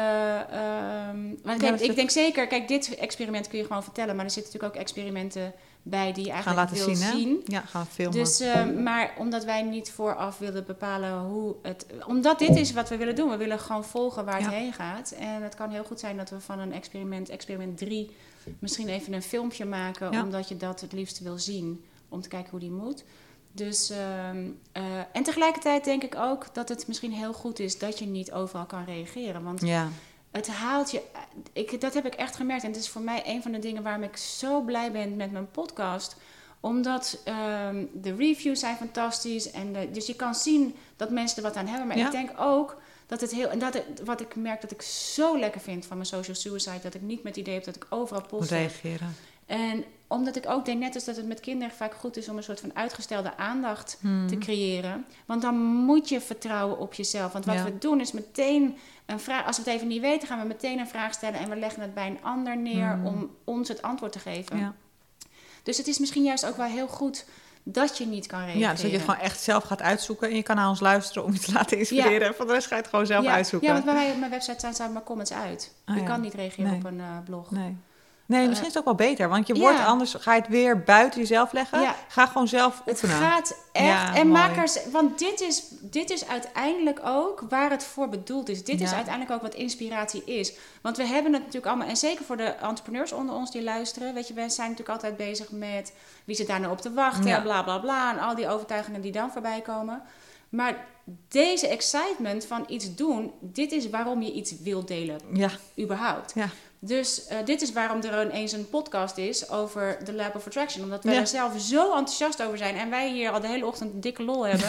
Um, want Ja, kijk, we ik denk zeker... Kijk, dit experiment kun je gewoon vertellen. Maar er zitten natuurlijk ook experimenten bij die je gaan eigenlijk laten wil zien, hè? zien. Ja, gaan filmen. Dus, uh, maar omdat wij niet vooraf willen bepalen hoe het... Omdat dit is wat we willen doen. We willen gewoon volgen waar het Ja. heen gaat. En het kan heel goed zijn dat we van een experiment, experiment drie... misschien even een filmpje maken, Ja. omdat je dat het liefst wil zien. Om te kijken hoe die moet. Dus, um, uh, en tegelijkertijd denk ik ook dat het misschien heel goed is dat je niet overal kan reageren. Want ja. het haalt je... Ik, dat heb ik echt gemerkt. En het is voor mij een van de dingen waarom ik zo blij ben met mijn podcast. Omdat um, de reviews zijn fantastisch. En de, dus je kan zien dat mensen er wat aan hebben. Maar Ja. ik denk ook dat het heel... En dat het, wat ik merk dat ik zo lekker vind van mijn social suicide. Dat ik niet met het idee heb dat ik overal post heb. reageren. En omdat ik ook denk, net als dat het met kinderen vaak goed is om een soort van uitgestelde aandacht Hmm. te creëren. Want dan moet je vertrouwen op jezelf. Want wat Ja. we doen is meteen een vraag. Als we het even niet weten, gaan we meteen een vraag stellen en we leggen het bij een ander neer Hmm. om ons het antwoord te geven. Ja. Dus het is misschien juist ook wel heel goed dat je niet kan reageren. Ja, dus dat je het gewoon echt zelf gaat uitzoeken. En je kan naar ons luisteren om je te laten inspireren. Ja. En van de rest ga je het gewoon zelf ja, uitzoeken. Ja, want bij mij op mijn website staan, staan maar comments uit. Ah, je ja. kan niet reageren Nee. op een uh, blog. Nee. Nee, misschien is het ook wel beter. Want je ja. wordt anders, ga je het weer buiten jezelf leggen. Ja. Ga gewoon zelf Het oefenen. gaat echt. Ja, en mooi. maak er, want dit is, dit is uiteindelijk ook waar het voor bedoeld is. Dit is Ja. uiteindelijk ook wat inspiratie is. Want we hebben het natuurlijk allemaal, en zeker voor de entrepreneurs onder ons die luisteren, weet je, we zijn natuurlijk altijd bezig met wie zit daar nou op te wachten, Ja. bla bla bla, en al die overtuigingen die dan voorbij komen. Maar deze excitement van iets doen, dit is waarom je iets wil delen, Ja. überhaupt. Ja. Dus uh, dit is waarom er ineens een podcast is over de Lab of Attraction. Omdat wij Ja. er zelf zo enthousiast over zijn. En wij hier al de hele ochtend een dikke lol hebben.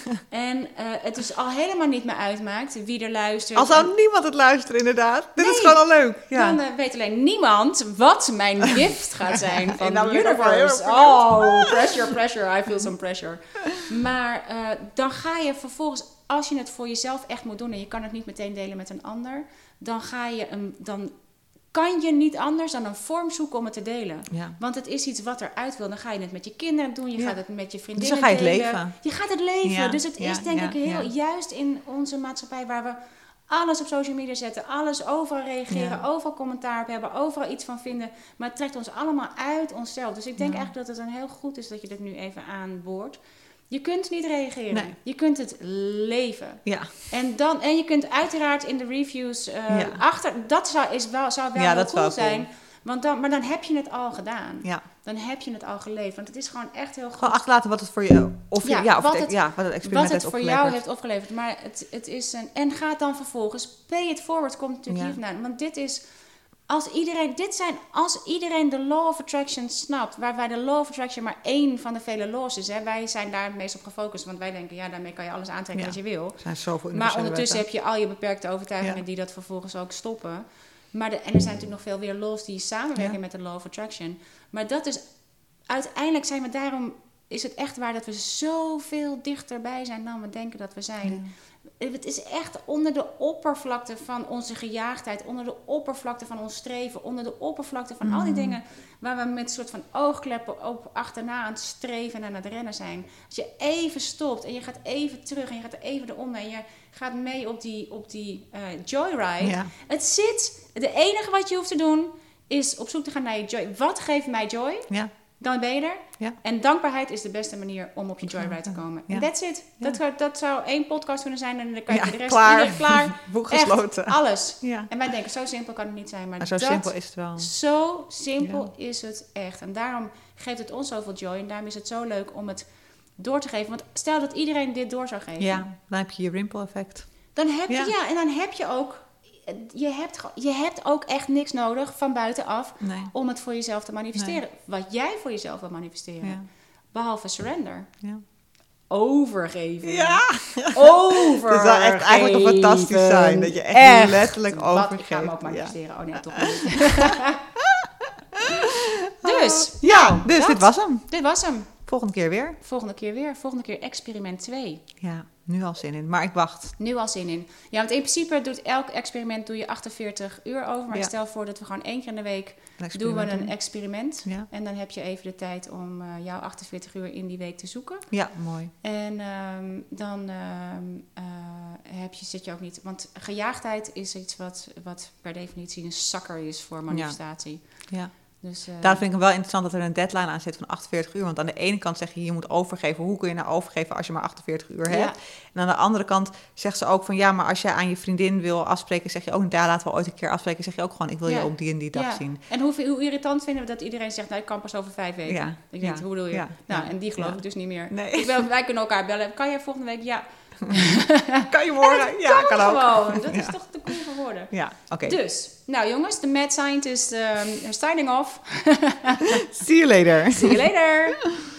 En uh, het dus al helemaal niet meer uitmaakt wie er luistert. Als zou niemand het luisteren, inderdaad. Dit Nee. is gewoon al leuk. Ja. Dan uh, weet alleen niemand wat mijn gift gaat zijn van Nou de ben ik ook wel heel universe. erg Oh, pressure, pressure. I feel some pressure. Maar uh, dan ga je vervolgens, als je het voor jezelf echt moet doen en je kan het niet meteen delen met een ander, dan ga je een, dan kan je niet anders dan een vorm zoeken om het te delen. Ja. Want het is iets wat eruit wil. Dan ga je het met je kinderen doen, je Ja. gaat het met je Dus vriendinnen dan ga je het delen. leven. Je gaat het leven. Ja, Dus het ja, is denk ja, ik heel, ja. juist in onze maatschappij waar we alles op social media zetten, alles overal reageren, Ja. overal commentaar op hebben, overal iets van vinden. Maar het trekt ons allemaal uit onszelf. Dus ik denk Ja. eigenlijk dat het dan heel goed is dat je dit nu even aanboort. Je kunt niet reageren. Nee. Je kunt het leven. Ja. En, dan, en je kunt uiteraard in de reviews uh, Ja. achter... Dat zou, is wel, zou wel Ja, heel dat is cool wel cool. zijn. Want dan, maar dan heb je het al gedaan. Ja. Dan heb je het al geleefd. Want het is gewoon echt heel goed. Gewoon achterlaten wat het voor je... Of je Ja, ja, of wat het, het- ja, wat het experiment Wat het heeft voor opgeleverd. jou heeft opgeleverd. Maar het, het is een... En ga dan vervolgens... Pay it forward komt natuurlijk Ja. hier vandaan. Want dit is... Als iedereen, dit zijn, als iedereen de Law of Attraction snapt, waarbij de Law of Attraction maar één van de vele laws is. Hè, wij zijn daar het meest op gefocust, want wij denken, ja, daarmee kan je alles aantrekken Ja. wat je wil. Er zijn zoveel Maar universele ondertussen wetten. heb je al je beperkte overtuigingen Ja. die dat vervolgens ook stoppen. Maar de, en er zijn natuurlijk nog veel weer laws die samenwerken Ja. met de Law of Attraction. Maar dat is, uiteindelijk zijn we daarom, is het echt waar dat we zoveel dichterbij zijn dan we denken dat we zijn. Het is echt onder de oppervlakte van onze gejaagdheid, onder de oppervlakte van ons streven, onder de oppervlakte van al die dingen waar we met een soort van oogkleppen op achterna aan het streven en aan het rennen zijn. Als je even stopt en je gaat even terug en je gaat er even erom en je gaat mee op die, op die uh, joyride. Ja. Het zit, de enige wat je hoeft te doen is op zoek te gaan naar je joy. Wat geeft mij joy? Ja. Dan ben je er. Ja. En dankbaarheid is de beste manier om op je joyride te komen. Ja. En that's it. Ja. Dat, zou- dat zou één podcast kunnen zijn en dan kan je Ja, de rest klaar. iedereen klaar. Boek Echt, gesloten. alles. Ja. En wij denken, zo simpel kan het niet zijn. Maar Maar zo dat, simpel is het wel. Zo simpel is het echt. En daarom geeft het ons zoveel joy. En daarom is het zo leuk om het door te geven. Want stel dat iedereen dit door zou geven. Ja, dan heb je je ripple effect. Dan heb je, Ja. ja, en dan heb je ook... Je hebt, ge- je hebt ook echt niks nodig van buitenaf Nee. om het voor jezelf te manifesteren. Wat jij voor jezelf wil manifesteren. Ja. Behalve surrender. Ja. Overgeven. Ja. Overgeven. Het zou echt eigenlijk een fantastisch zijn. Dat je echt, Echt. letterlijk Wat, overgeeft. ik ga hem ook Ja. manifesteren. Oh nee, toch niet. Dus, Ja, nou, dus dat. dit was hem. Dit was hem. Volgende keer weer. Volgende keer weer. Volgende keer experiment twee. Ja, nu al zin in. Maar ik wacht. Nu al zin in. Ja, want in principe doet elk experiment doe je achtenveertig uur over. Maar Ja. ik stel voor dat we gewoon één keer in de week Een doen we experiment een doen. experiment. Ja. En dan heb je even de tijd om uh, jouw achtenveertig uur in die week te zoeken. Ja, mooi. En um, dan um, uh, heb je, zit je ook niet... Want gejaagdheid is iets wat, wat per definitie een zakker is voor manifestatie. Ja. Dus, uh, Daarom vind ik het wel interessant dat er een deadline aan zit van achtenveertig uur. Want aan de ene kant zeg je, je moet overgeven. Hoe kun je nou overgeven als je maar achtenveertig uur hebt? Ja. En aan de andere kant zegt ze ook van... ja, maar als je aan je vriendin wil afspreken... zeg je ook, ja, laten we ooit een keer afspreken. Zeg je ook gewoon, ik wil Ja. je op die en die dag ja. zien. En hoe, hoe irritant vinden we dat iedereen zegt... nou, ik kan pas over vijf weken. Ja. Ik denk, Ja. hoe bedoel je? Ja. Nou, Ja. en die geloof Ja. ik dus niet meer. Nee. Ik wil, wij kunnen elkaar bellen. Kan jij volgende week? Ja. Kan je morgen? Ja, kan ook. Gewoon. Dat Ja. is toch te cool voor woorden. Ja, oké. Okay. Dus, nou jongens, de Mad Scientist um, signing off. See you later. See you later.